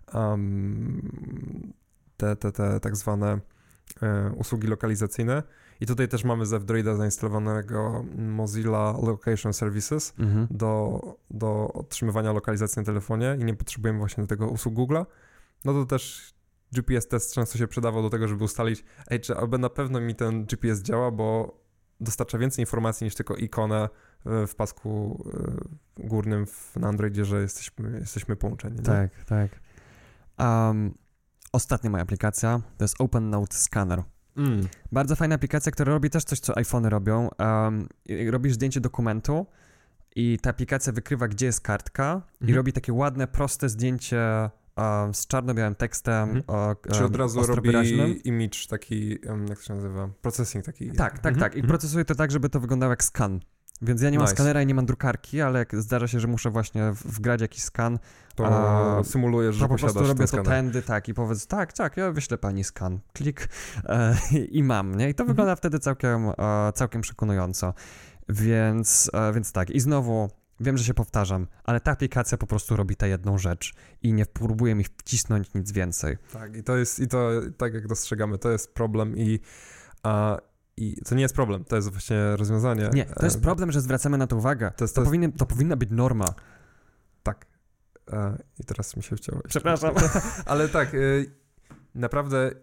te tak zwane usługi lokalizacyjne. I tutaj też mamy z F-Droida zainstalowanego Mozilla Location Services do otrzymywania lokalizacji na telefonie i nie potrzebujemy właśnie do tego usług Google'a. No to też GPS test często się przydawał do tego, żeby ustalić, czy na pewno mi ten GPS działa, bo dostarcza więcej informacji niż tylko ikonę w pasku górnym na Androidzie, że jesteśmy połączeni. Tak, nie? Tak. Ostatnia moja aplikacja to jest OpenNote Scanner. Bardzo fajna aplikacja, która robi też coś, co iPhony robią. Robisz zdjęcie dokumentu i ta aplikacja wykrywa, gdzie jest kartka i robi takie ładne, proste zdjęcie z czarno-białym tekstem. Czy od razu robi image taki, jak to się nazywa? Processing taki. Tak. I procesuje to tak, żeby to wyglądało jak skan. Więc ja nie mam skanera i nie mam drukarki, ale jak zdarza się, że muszę właśnie wgrać jakiś skan, to symulujesz, że posiadasz ten skaner. Po prostu robię to tędy, i powiedz, tak, ja wyślę pani skan, klik i mam, nie? I to wygląda wtedy całkiem przekonująco. Więc tak, i znowu wiem, że się powtarzam, ale ta aplikacja po prostu robi tę jedną rzecz i nie próbuje mi wcisnąć nic więcej. Tak, i to tak jak dostrzegamy, to jest problem i to nie jest problem, to jest właśnie rozwiązanie. Nie, to jest problem, że zwracamy na to uwagę. To powinna być norma. Tak. I teraz mi się chciało. Przepraszam. Ale tak, naprawdę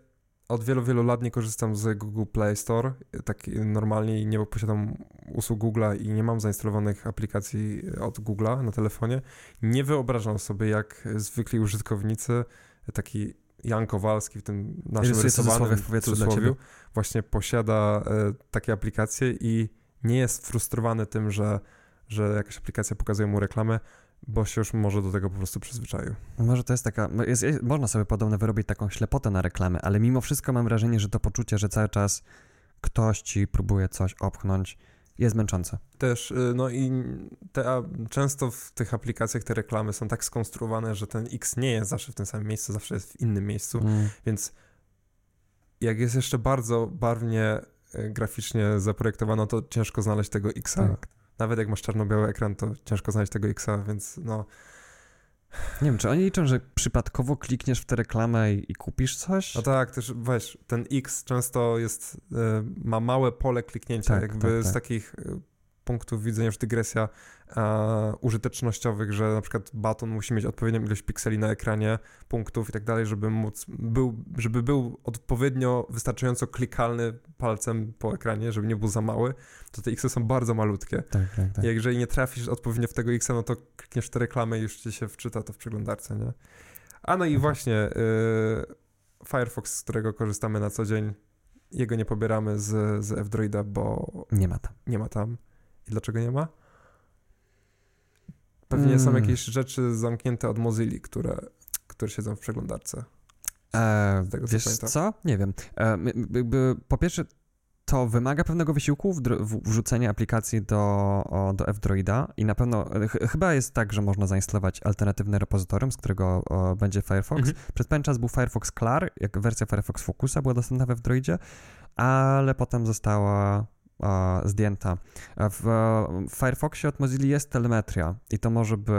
od wielu, wielu lat nie korzystam z Google Play Store. Tak normalnie nie posiadam usług Google'a i nie mam zainstalowanych aplikacji od Google'a na telefonie. Nie wyobrażam sobie, jak zwykli użytkownicy, taki Jan Kowalski w tym naszym rysowanym cudzysłowiu właśnie posiada takie aplikacje i nie jest frustrowany tym, że jakaś aplikacja pokazuje mu reklamę, bo się już może do tego po prostu przyzwyczaił. Może to jest taka, można sobie podobno wyrobić taką ślepotę na reklamę, ale mimo wszystko mam wrażenie, że to poczucie, że cały czas ktoś ci próbuje coś opchnąć, jest męczące. Też, no i często w tych aplikacjach te reklamy są tak skonstruowane, że ten X nie jest zawsze w tym samym miejscu, zawsze jest w innym miejscu, więc jak jest jeszcze bardzo barwnie graficznie zaprojektowano, to ciężko znaleźć tego X-a. Tak. Nawet jak masz czarno-biały ekran, to ciężko znaleźć tego X-a, więc no... Nie wiem, czy oni liczą, że przypadkowo klikniesz w tę reklamę i kupisz coś? No tak, też weź, ten X często jest, ma małe pole kliknięcia, tak, jakby z takich punktów widzenia już dygresja użytecznościowych, że na przykład baton musi mieć odpowiednią ilość pikseli na ekranie, punktów i tak dalej, żeby był odpowiednio wystarczająco klikalny palcem po ekranie, żeby nie był za mały, to te X-y są bardzo malutkie. Tak. I jeżeli nie trafisz odpowiednio w tego X-a, no to klikniesz w tę reklamę i już ci się wczyta to w przeglądarce, nie? A no i właśnie Firefox, z którego korzystamy na co dzień, jego nie pobieramy z F-Droida, bo nie ma tam. I dlaczego nie ma? Pewnie są jakieś rzeczy zamknięte od Mozilla, które siedzą w przeglądarce. Wiesz co? Nie wiem. Po pierwsze, to wymaga pewnego wysiłku wrzucenie aplikacji do F-Droida i na pewno, chyba jest tak, że można zainstalować alternatywne repozytorium, z którego będzie Firefox. Przez pewien czas był Firefox Clar, jak wersja Firefox Focusa była dostępna w F-Droidzie, ale potem została zdjęta. W Firefoxie od Mozilla jest telemetria i to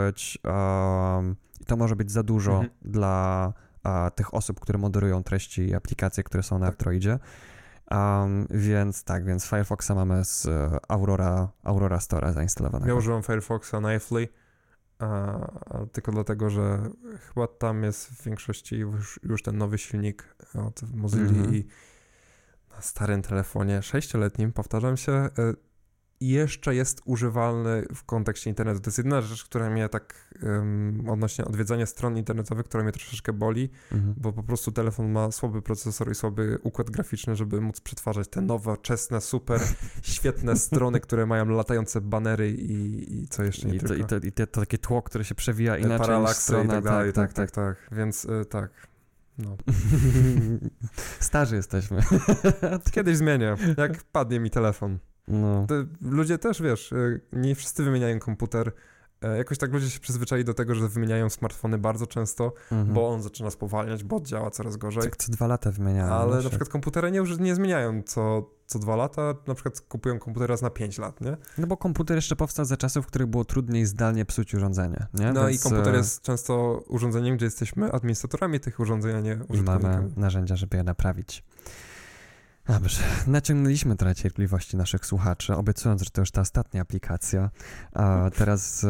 może być za dużo dla tych osób, które moderują treści i aplikacje, które są na F-Droidzie. Więc Firefoxa mamy z Aurora Store'a zainstalowanego. Ja używam Firefoxa naively, tylko dlatego, że chyba tam jest w większości już ten nowy silnik od Mozilla i na starym telefonie 6-letnim, powtarzam się, jeszcze jest używalny w kontekście internetu. To jest jedyna rzecz, która mnie tak odnośnie odwiedzania stron internetowych, która mnie troszeczkę boli, bo po prostu telefon ma słaby procesor i słaby układ graficzny, żeby móc przetwarzać te nowoczesne, super świetne strony, które mają latające banery i co jeszcze nie tylko. I to takie tło, które się przewija inaczej paralaksy niż strona. I tak dalej, tak. Więc tak. No. Starzy jesteśmy. Kiedyś zmienię, jak padnie mi telefon. No. Ludzie też, wiesz, nie wszyscy wymieniają komputer. Jakoś tak ludzie się przyzwyczaili do tego, że wymieniają smartfony bardzo często, bo on zaczyna spowalniać, bo działa coraz gorzej. Co 2 lata wymieniają. Ale na przykład komputery nie zmieniają co 2 lata, na przykład kupują komputer raz na 5 lat, nie? No bo komputer jeszcze powstał za czasów, w których było trudniej zdalnie psuć urządzenie, nie? No więc... i komputer jest często urządzeniem, gdzie jesteśmy administratorami tych urządzeń, a nie użytkownikami. I mamy narzędzia, żeby je naprawić. Dobrze, naciągnęliśmy trochę cierpliwości naszych słuchaczy, obiecując, że to już ta ostatnia aplikacja. Teraz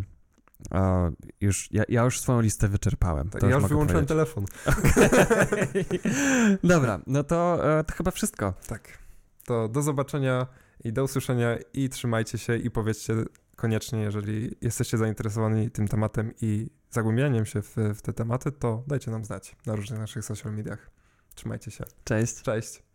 ja już swoją listę wyczerpałem. Tak, ja już wyłączyłem telefon. Dobra, no to chyba wszystko. Tak, to do zobaczenia i do usłyszenia i trzymajcie się i powiedzcie koniecznie, jeżeli jesteście zainteresowani tym tematem i zagłębianiem się w te tematy, to dajcie nam znać na różnych naszych social mediach. Trzymajcie się. Cześć. Cześć.